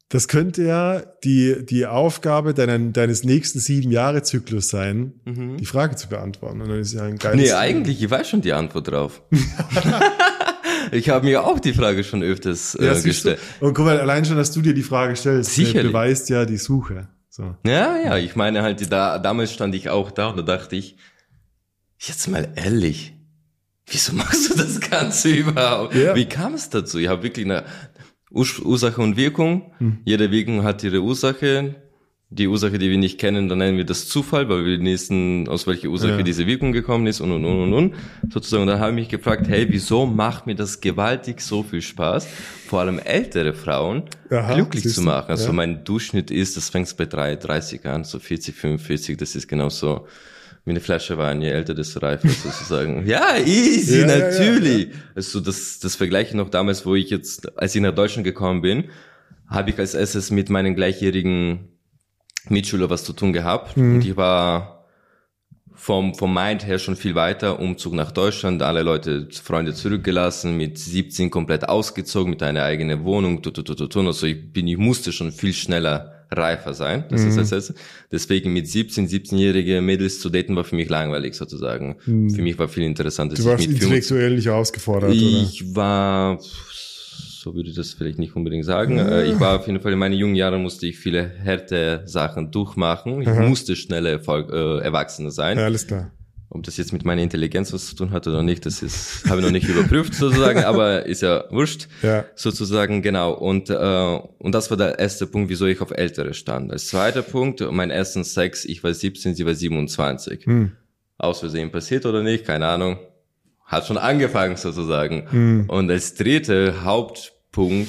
die Aufgabe deines nächsten 7-Jahre-Zyklus sein, die Frage zu beantworten. Und dann ist ja ein geiles eigentlich, ich weiß schon die Antwort drauf. Ich habe mir auch die Frage schon öfters gestellt. Und guck mal, allein schon, dass du dir die Frage stellst, beweist ja die Suche. So. Ja, ich meine halt, damals stand ich auch da und da dachte ich, jetzt mal ehrlich, wieso machst du das Ganze überhaupt? Ja. Wie kam es dazu? Ich habe wirklich eine Ursache und Wirkung. Jede Wirkung hat ihre Ursache. Die Ursache, die wir nicht kennen, dann nennen wir das Zufall, weil wir wissen, aus welcher Ursache diese Wirkung gekommen ist und. Sozusagen, und dann habe ich mich gefragt, hey, wieso macht mir das gewaltig so viel Spaß, vor allem ältere Frauen glücklich zu machen? Also mein Durchschnitt ist, das fängt bei 30 an, so 40, 45, das ist genauso wie eine Flasche Wein, je älter, desto reifer sozusagen. Ja, easy, natürlich. Ja. Also das vergleiche ich noch damals, als ich nach Deutschland gekommen bin, habe ich als erstes mit meinen gleichjährigen Mitschüler was zu tun gehabt. Und ich war vom Mind her schon viel weiter. Umzug nach Deutschland, alle Freunde zurückgelassen, mit 17 komplett ausgezogen, mit einer eigenen Wohnung. Also ich musste schon viel schneller reifer sein. Das ist das Erste. Deswegen mit 17-jährige Mädels zu daten war für mich langweilig sozusagen. Für mich war viel interessanter. Du warst intellektuell nicht herausgefordert, oder? Ich war, so würde ich das vielleicht nicht unbedingt sagen. Ich war auf jeden Fall, in meinen jungen Jahren musste ich viele harte Sachen durchmachen. Ich musste schneller Erwachsener sein. Ja, alles klar. Ob das jetzt mit meiner Intelligenz was zu tun hat oder nicht, habe ich noch nicht überprüft sozusagen, aber ist ja wurscht, sozusagen, genau. Und das war der erste Punkt, wieso ich auf Ältere stand. Als zweiter Punkt, mein ersten Sex, ich war 17, sie war 27. Aus Versehen passiert oder nicht, keine Ahnung. Hat schon angefangen sozusagen. Und als dritter Hauptpunkt,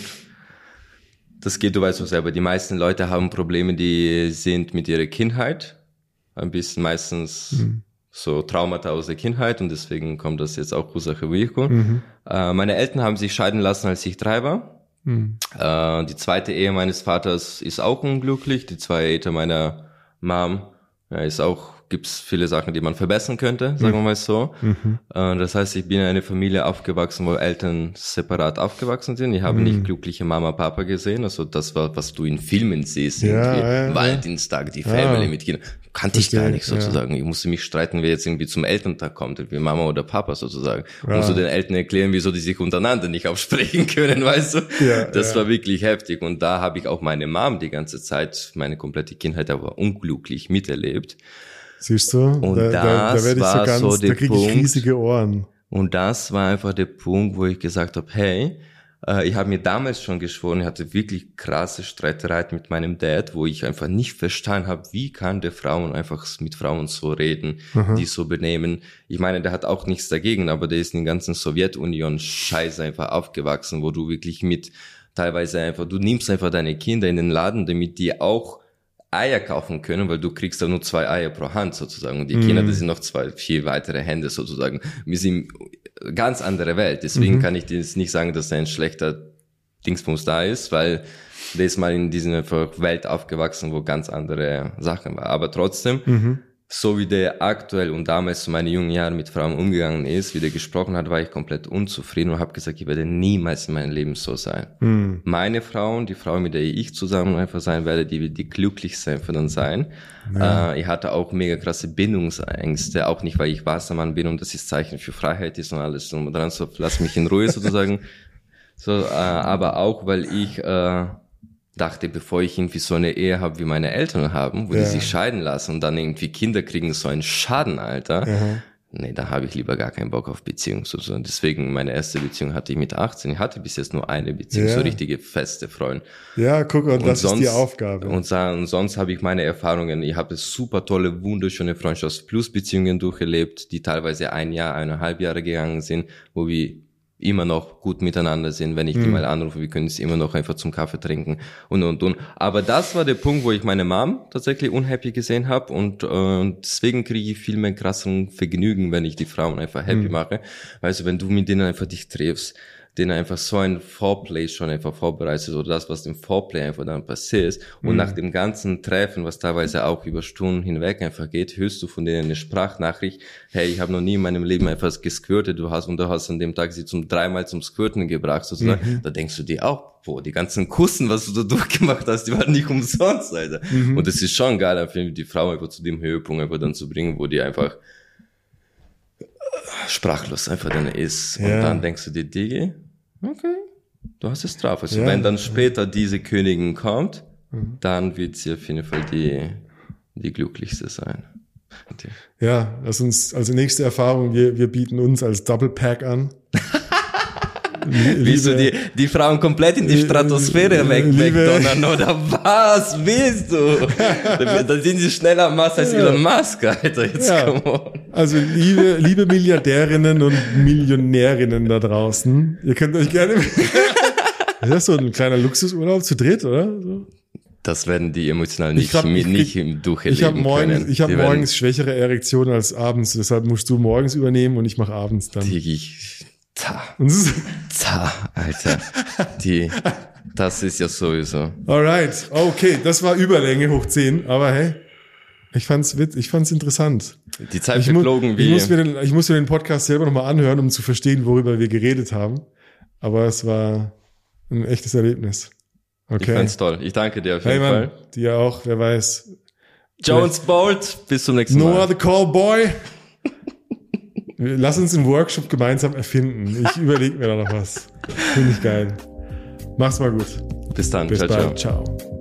das geht, du weißt doch selber, die meisten Leute haben Probleme, die sind mit ihrer Kindheit, ein bisschen meistens so Traumata aus der Kindheit, und deswegen kommt das jetzt auch Ursache Vehikel. Meine Eltern haben sich scheiden lassen, als ich 3 war. Die zweite Ehe meines Vaters ist auch unglücklich. Die 2 Ehe meiner Mom ist auch, gibt's viele Sachen, die man verbessern könnte, sagen wir mal so. Das heißt, ich bin in einer Familie aufgewachsen, wo Eltern separat aufgewachsen sind. Ich habe nicht glückliche Mama, Papa gesehen. Also das war, was du in Filmen siehst. Valentinstag, die Family mit Kindern. Kannte ich gar nicht sozusagen. Ich musste mich streiten, wer jetzt irgendwie zum Elterntag kommt, wie Mama oder Papa sozusagen. Musst du den Eltern erklären, wieso die sich untereinander nicht aufsprechen können, weißt du? Das war wirklich heftig. Und da habe ich auch meine Mom die ganze Zeit, meine komplette Kindheit aber unglücklich miterlebt. Siehst du? Und da werde ich da kriege ich riesige Ohren. Und das war einfach der Punkt, wo ich gesagt habe, hey, ich habe mir damals schon geschworen, ich hatte wirklich krasse Streitereien mit meinem Dad, wo ich einfach nicht verstanden habe, wie kann der Frauen einfach mit Frauen so reden, die so benehmen. Ich meine, der hat auch nichts dagegen, aber der ist in der ganzen Sowjetunion-Scheiße einfach aufgewachsen, wo du wirklich mit teilweise einfach, du nimmst einfach deine Kinder in den Laden, damit die auch Eier kaufen können, weil du kriegst da nur 2 Eier pro Hand sozusagen. Und die Kinder, das sind noch 4 weitere Hände sozusagen. Wir sind ganz andere Welt. Deswegen kann ich dir jetzt nicht sagen, dass ein schlechter Dingsbums da ist, weil der ist mal in dieser Welt aufgewachsen, wo ganz andere Sachen war. Aber trotzdem, so wie der aktuell und damals zu meinen jungen Jahren mit Frauen umgegangen ist, wie der gesprochen hat, war ich komplett unzufrieden und habe gesagt, ich werde niemals in meinem Leben so sein. Meine Frauen, die Frau, mit der ich zusammen einfach sein werde, die glücklichste einfach dann sein. Ich hatte auch mega krasse Bindungsängste, auch nicht, weil ich Wassermann bin und das ist Zeichen für Freiheit ist und alles drum und dran, so lass mich in Ruhe sozusagen. Aber auch, weil ich dachte, bevor ich irgendwie so eine Ehe habe, wie meine Eltern haben, wo die sich scheiden lassen und dann irgendwie Kinder kriegen, so einen Schaden, Alter. Nee, da habe ich lieber gar keinen Bock auf Beziehung. Deswegen, meine erste Beziehung hatte ich mit 18. Ich hatte bis jetzt nur eine Beziehung, so richtige feste Freunde. Ja, guck, und das ist die Aufgabe. Und sonst habe ich meine Erfahrungen, ich habe super tolle, wunderschöne Freundschafts-Plus-Beziehungen durchgelebt, die teilweise 1 Jahr, 1,5 Jahre gegangen sind, wo wir immer noch gut miteinander sind, wenn ich die mal anrufe, wir können es immer noch einfach zum Kaffee trinken und. Aber das war der Punkt, wo ich meine Mom tatsächlich unhappy gesehen habe und deswegen kriege ich viel mehr krassen Vergnügen, wenn ich die Frauen einfach happy mache. Weißt du, wenn du mit denen einfach dich triffst, denen einfach so ein Foreplay schon einfach vorbereitet oder das, was im Foreplay einfach dann passiert und nach dem ganzen Treffen, was teilweise auch über Stunden hinweg einfach geht, hörst du von denen eine Sprachnachricht, hey, ich habe noch nie in meinem Leben etwas gesquirtet, du hast an dem Tag sie 3-mal zum Squirten gebracht, sozusagen, da denkst du dir auch, boah, die ganzen Kussen, was du da durchgemacht hast, die waren nicht umsonst, Alter. Und es ist schon geil, einfach die Frau einfach zu dem Höhepunkt einfach dann zu bringen, wo die einfach sprachlos einfach dann ist. Und dann denkst du dir, Digi, okay, du hast es drauf. Also wenn dann später diese Königin kommt, dann wird sie auf jeden Fall die glücklichste sein. Ja, lass uns, also nächste Erfahrung, wir bieten uns als Double Pack an. Willst du die Frauen komplett in die Stratosphäre wegdonnern, oder was willst du? Dann sind sie schneller am Mars als Elon Musk, Alter. Jetzt come on. Also liebe Milliardärinnen und Millionärinnen da draußen, ihr könnt euch gerne... Das ist so ein kleiner Luxusurlaub zu dritt, oder? So. Das werden die emotional nicht im durchleben können. Ich habe morgens schwächere Erektionen als abends, deshalb musst du morgens übernehmen und ich mache abends dann. Alter. Das ist ja sowieso. Alright, okay, das war Überlänge hoch 10, aber hey. Ich fand's interessant. Die Zeit verflogen wie... Ich muss mir den Podcast selber nochmal anhören, um zu verstehen, worüber wir geredet haben. Aber es war ein echtes Erlebnis. Okay. Ich fand's toll. Ich danke dir auf jeden Fall. Dir auch, wer weiß. Jones Bolt, bis zum nächsten Mal. Noah the Callboy. Lass uns einen Workshop gemeinsam erfinden. Ich überlege mir da noch was. Finde ich geil. Mach's mal gut. Bis dann. Bis ciao, bald. ciao. Ciao.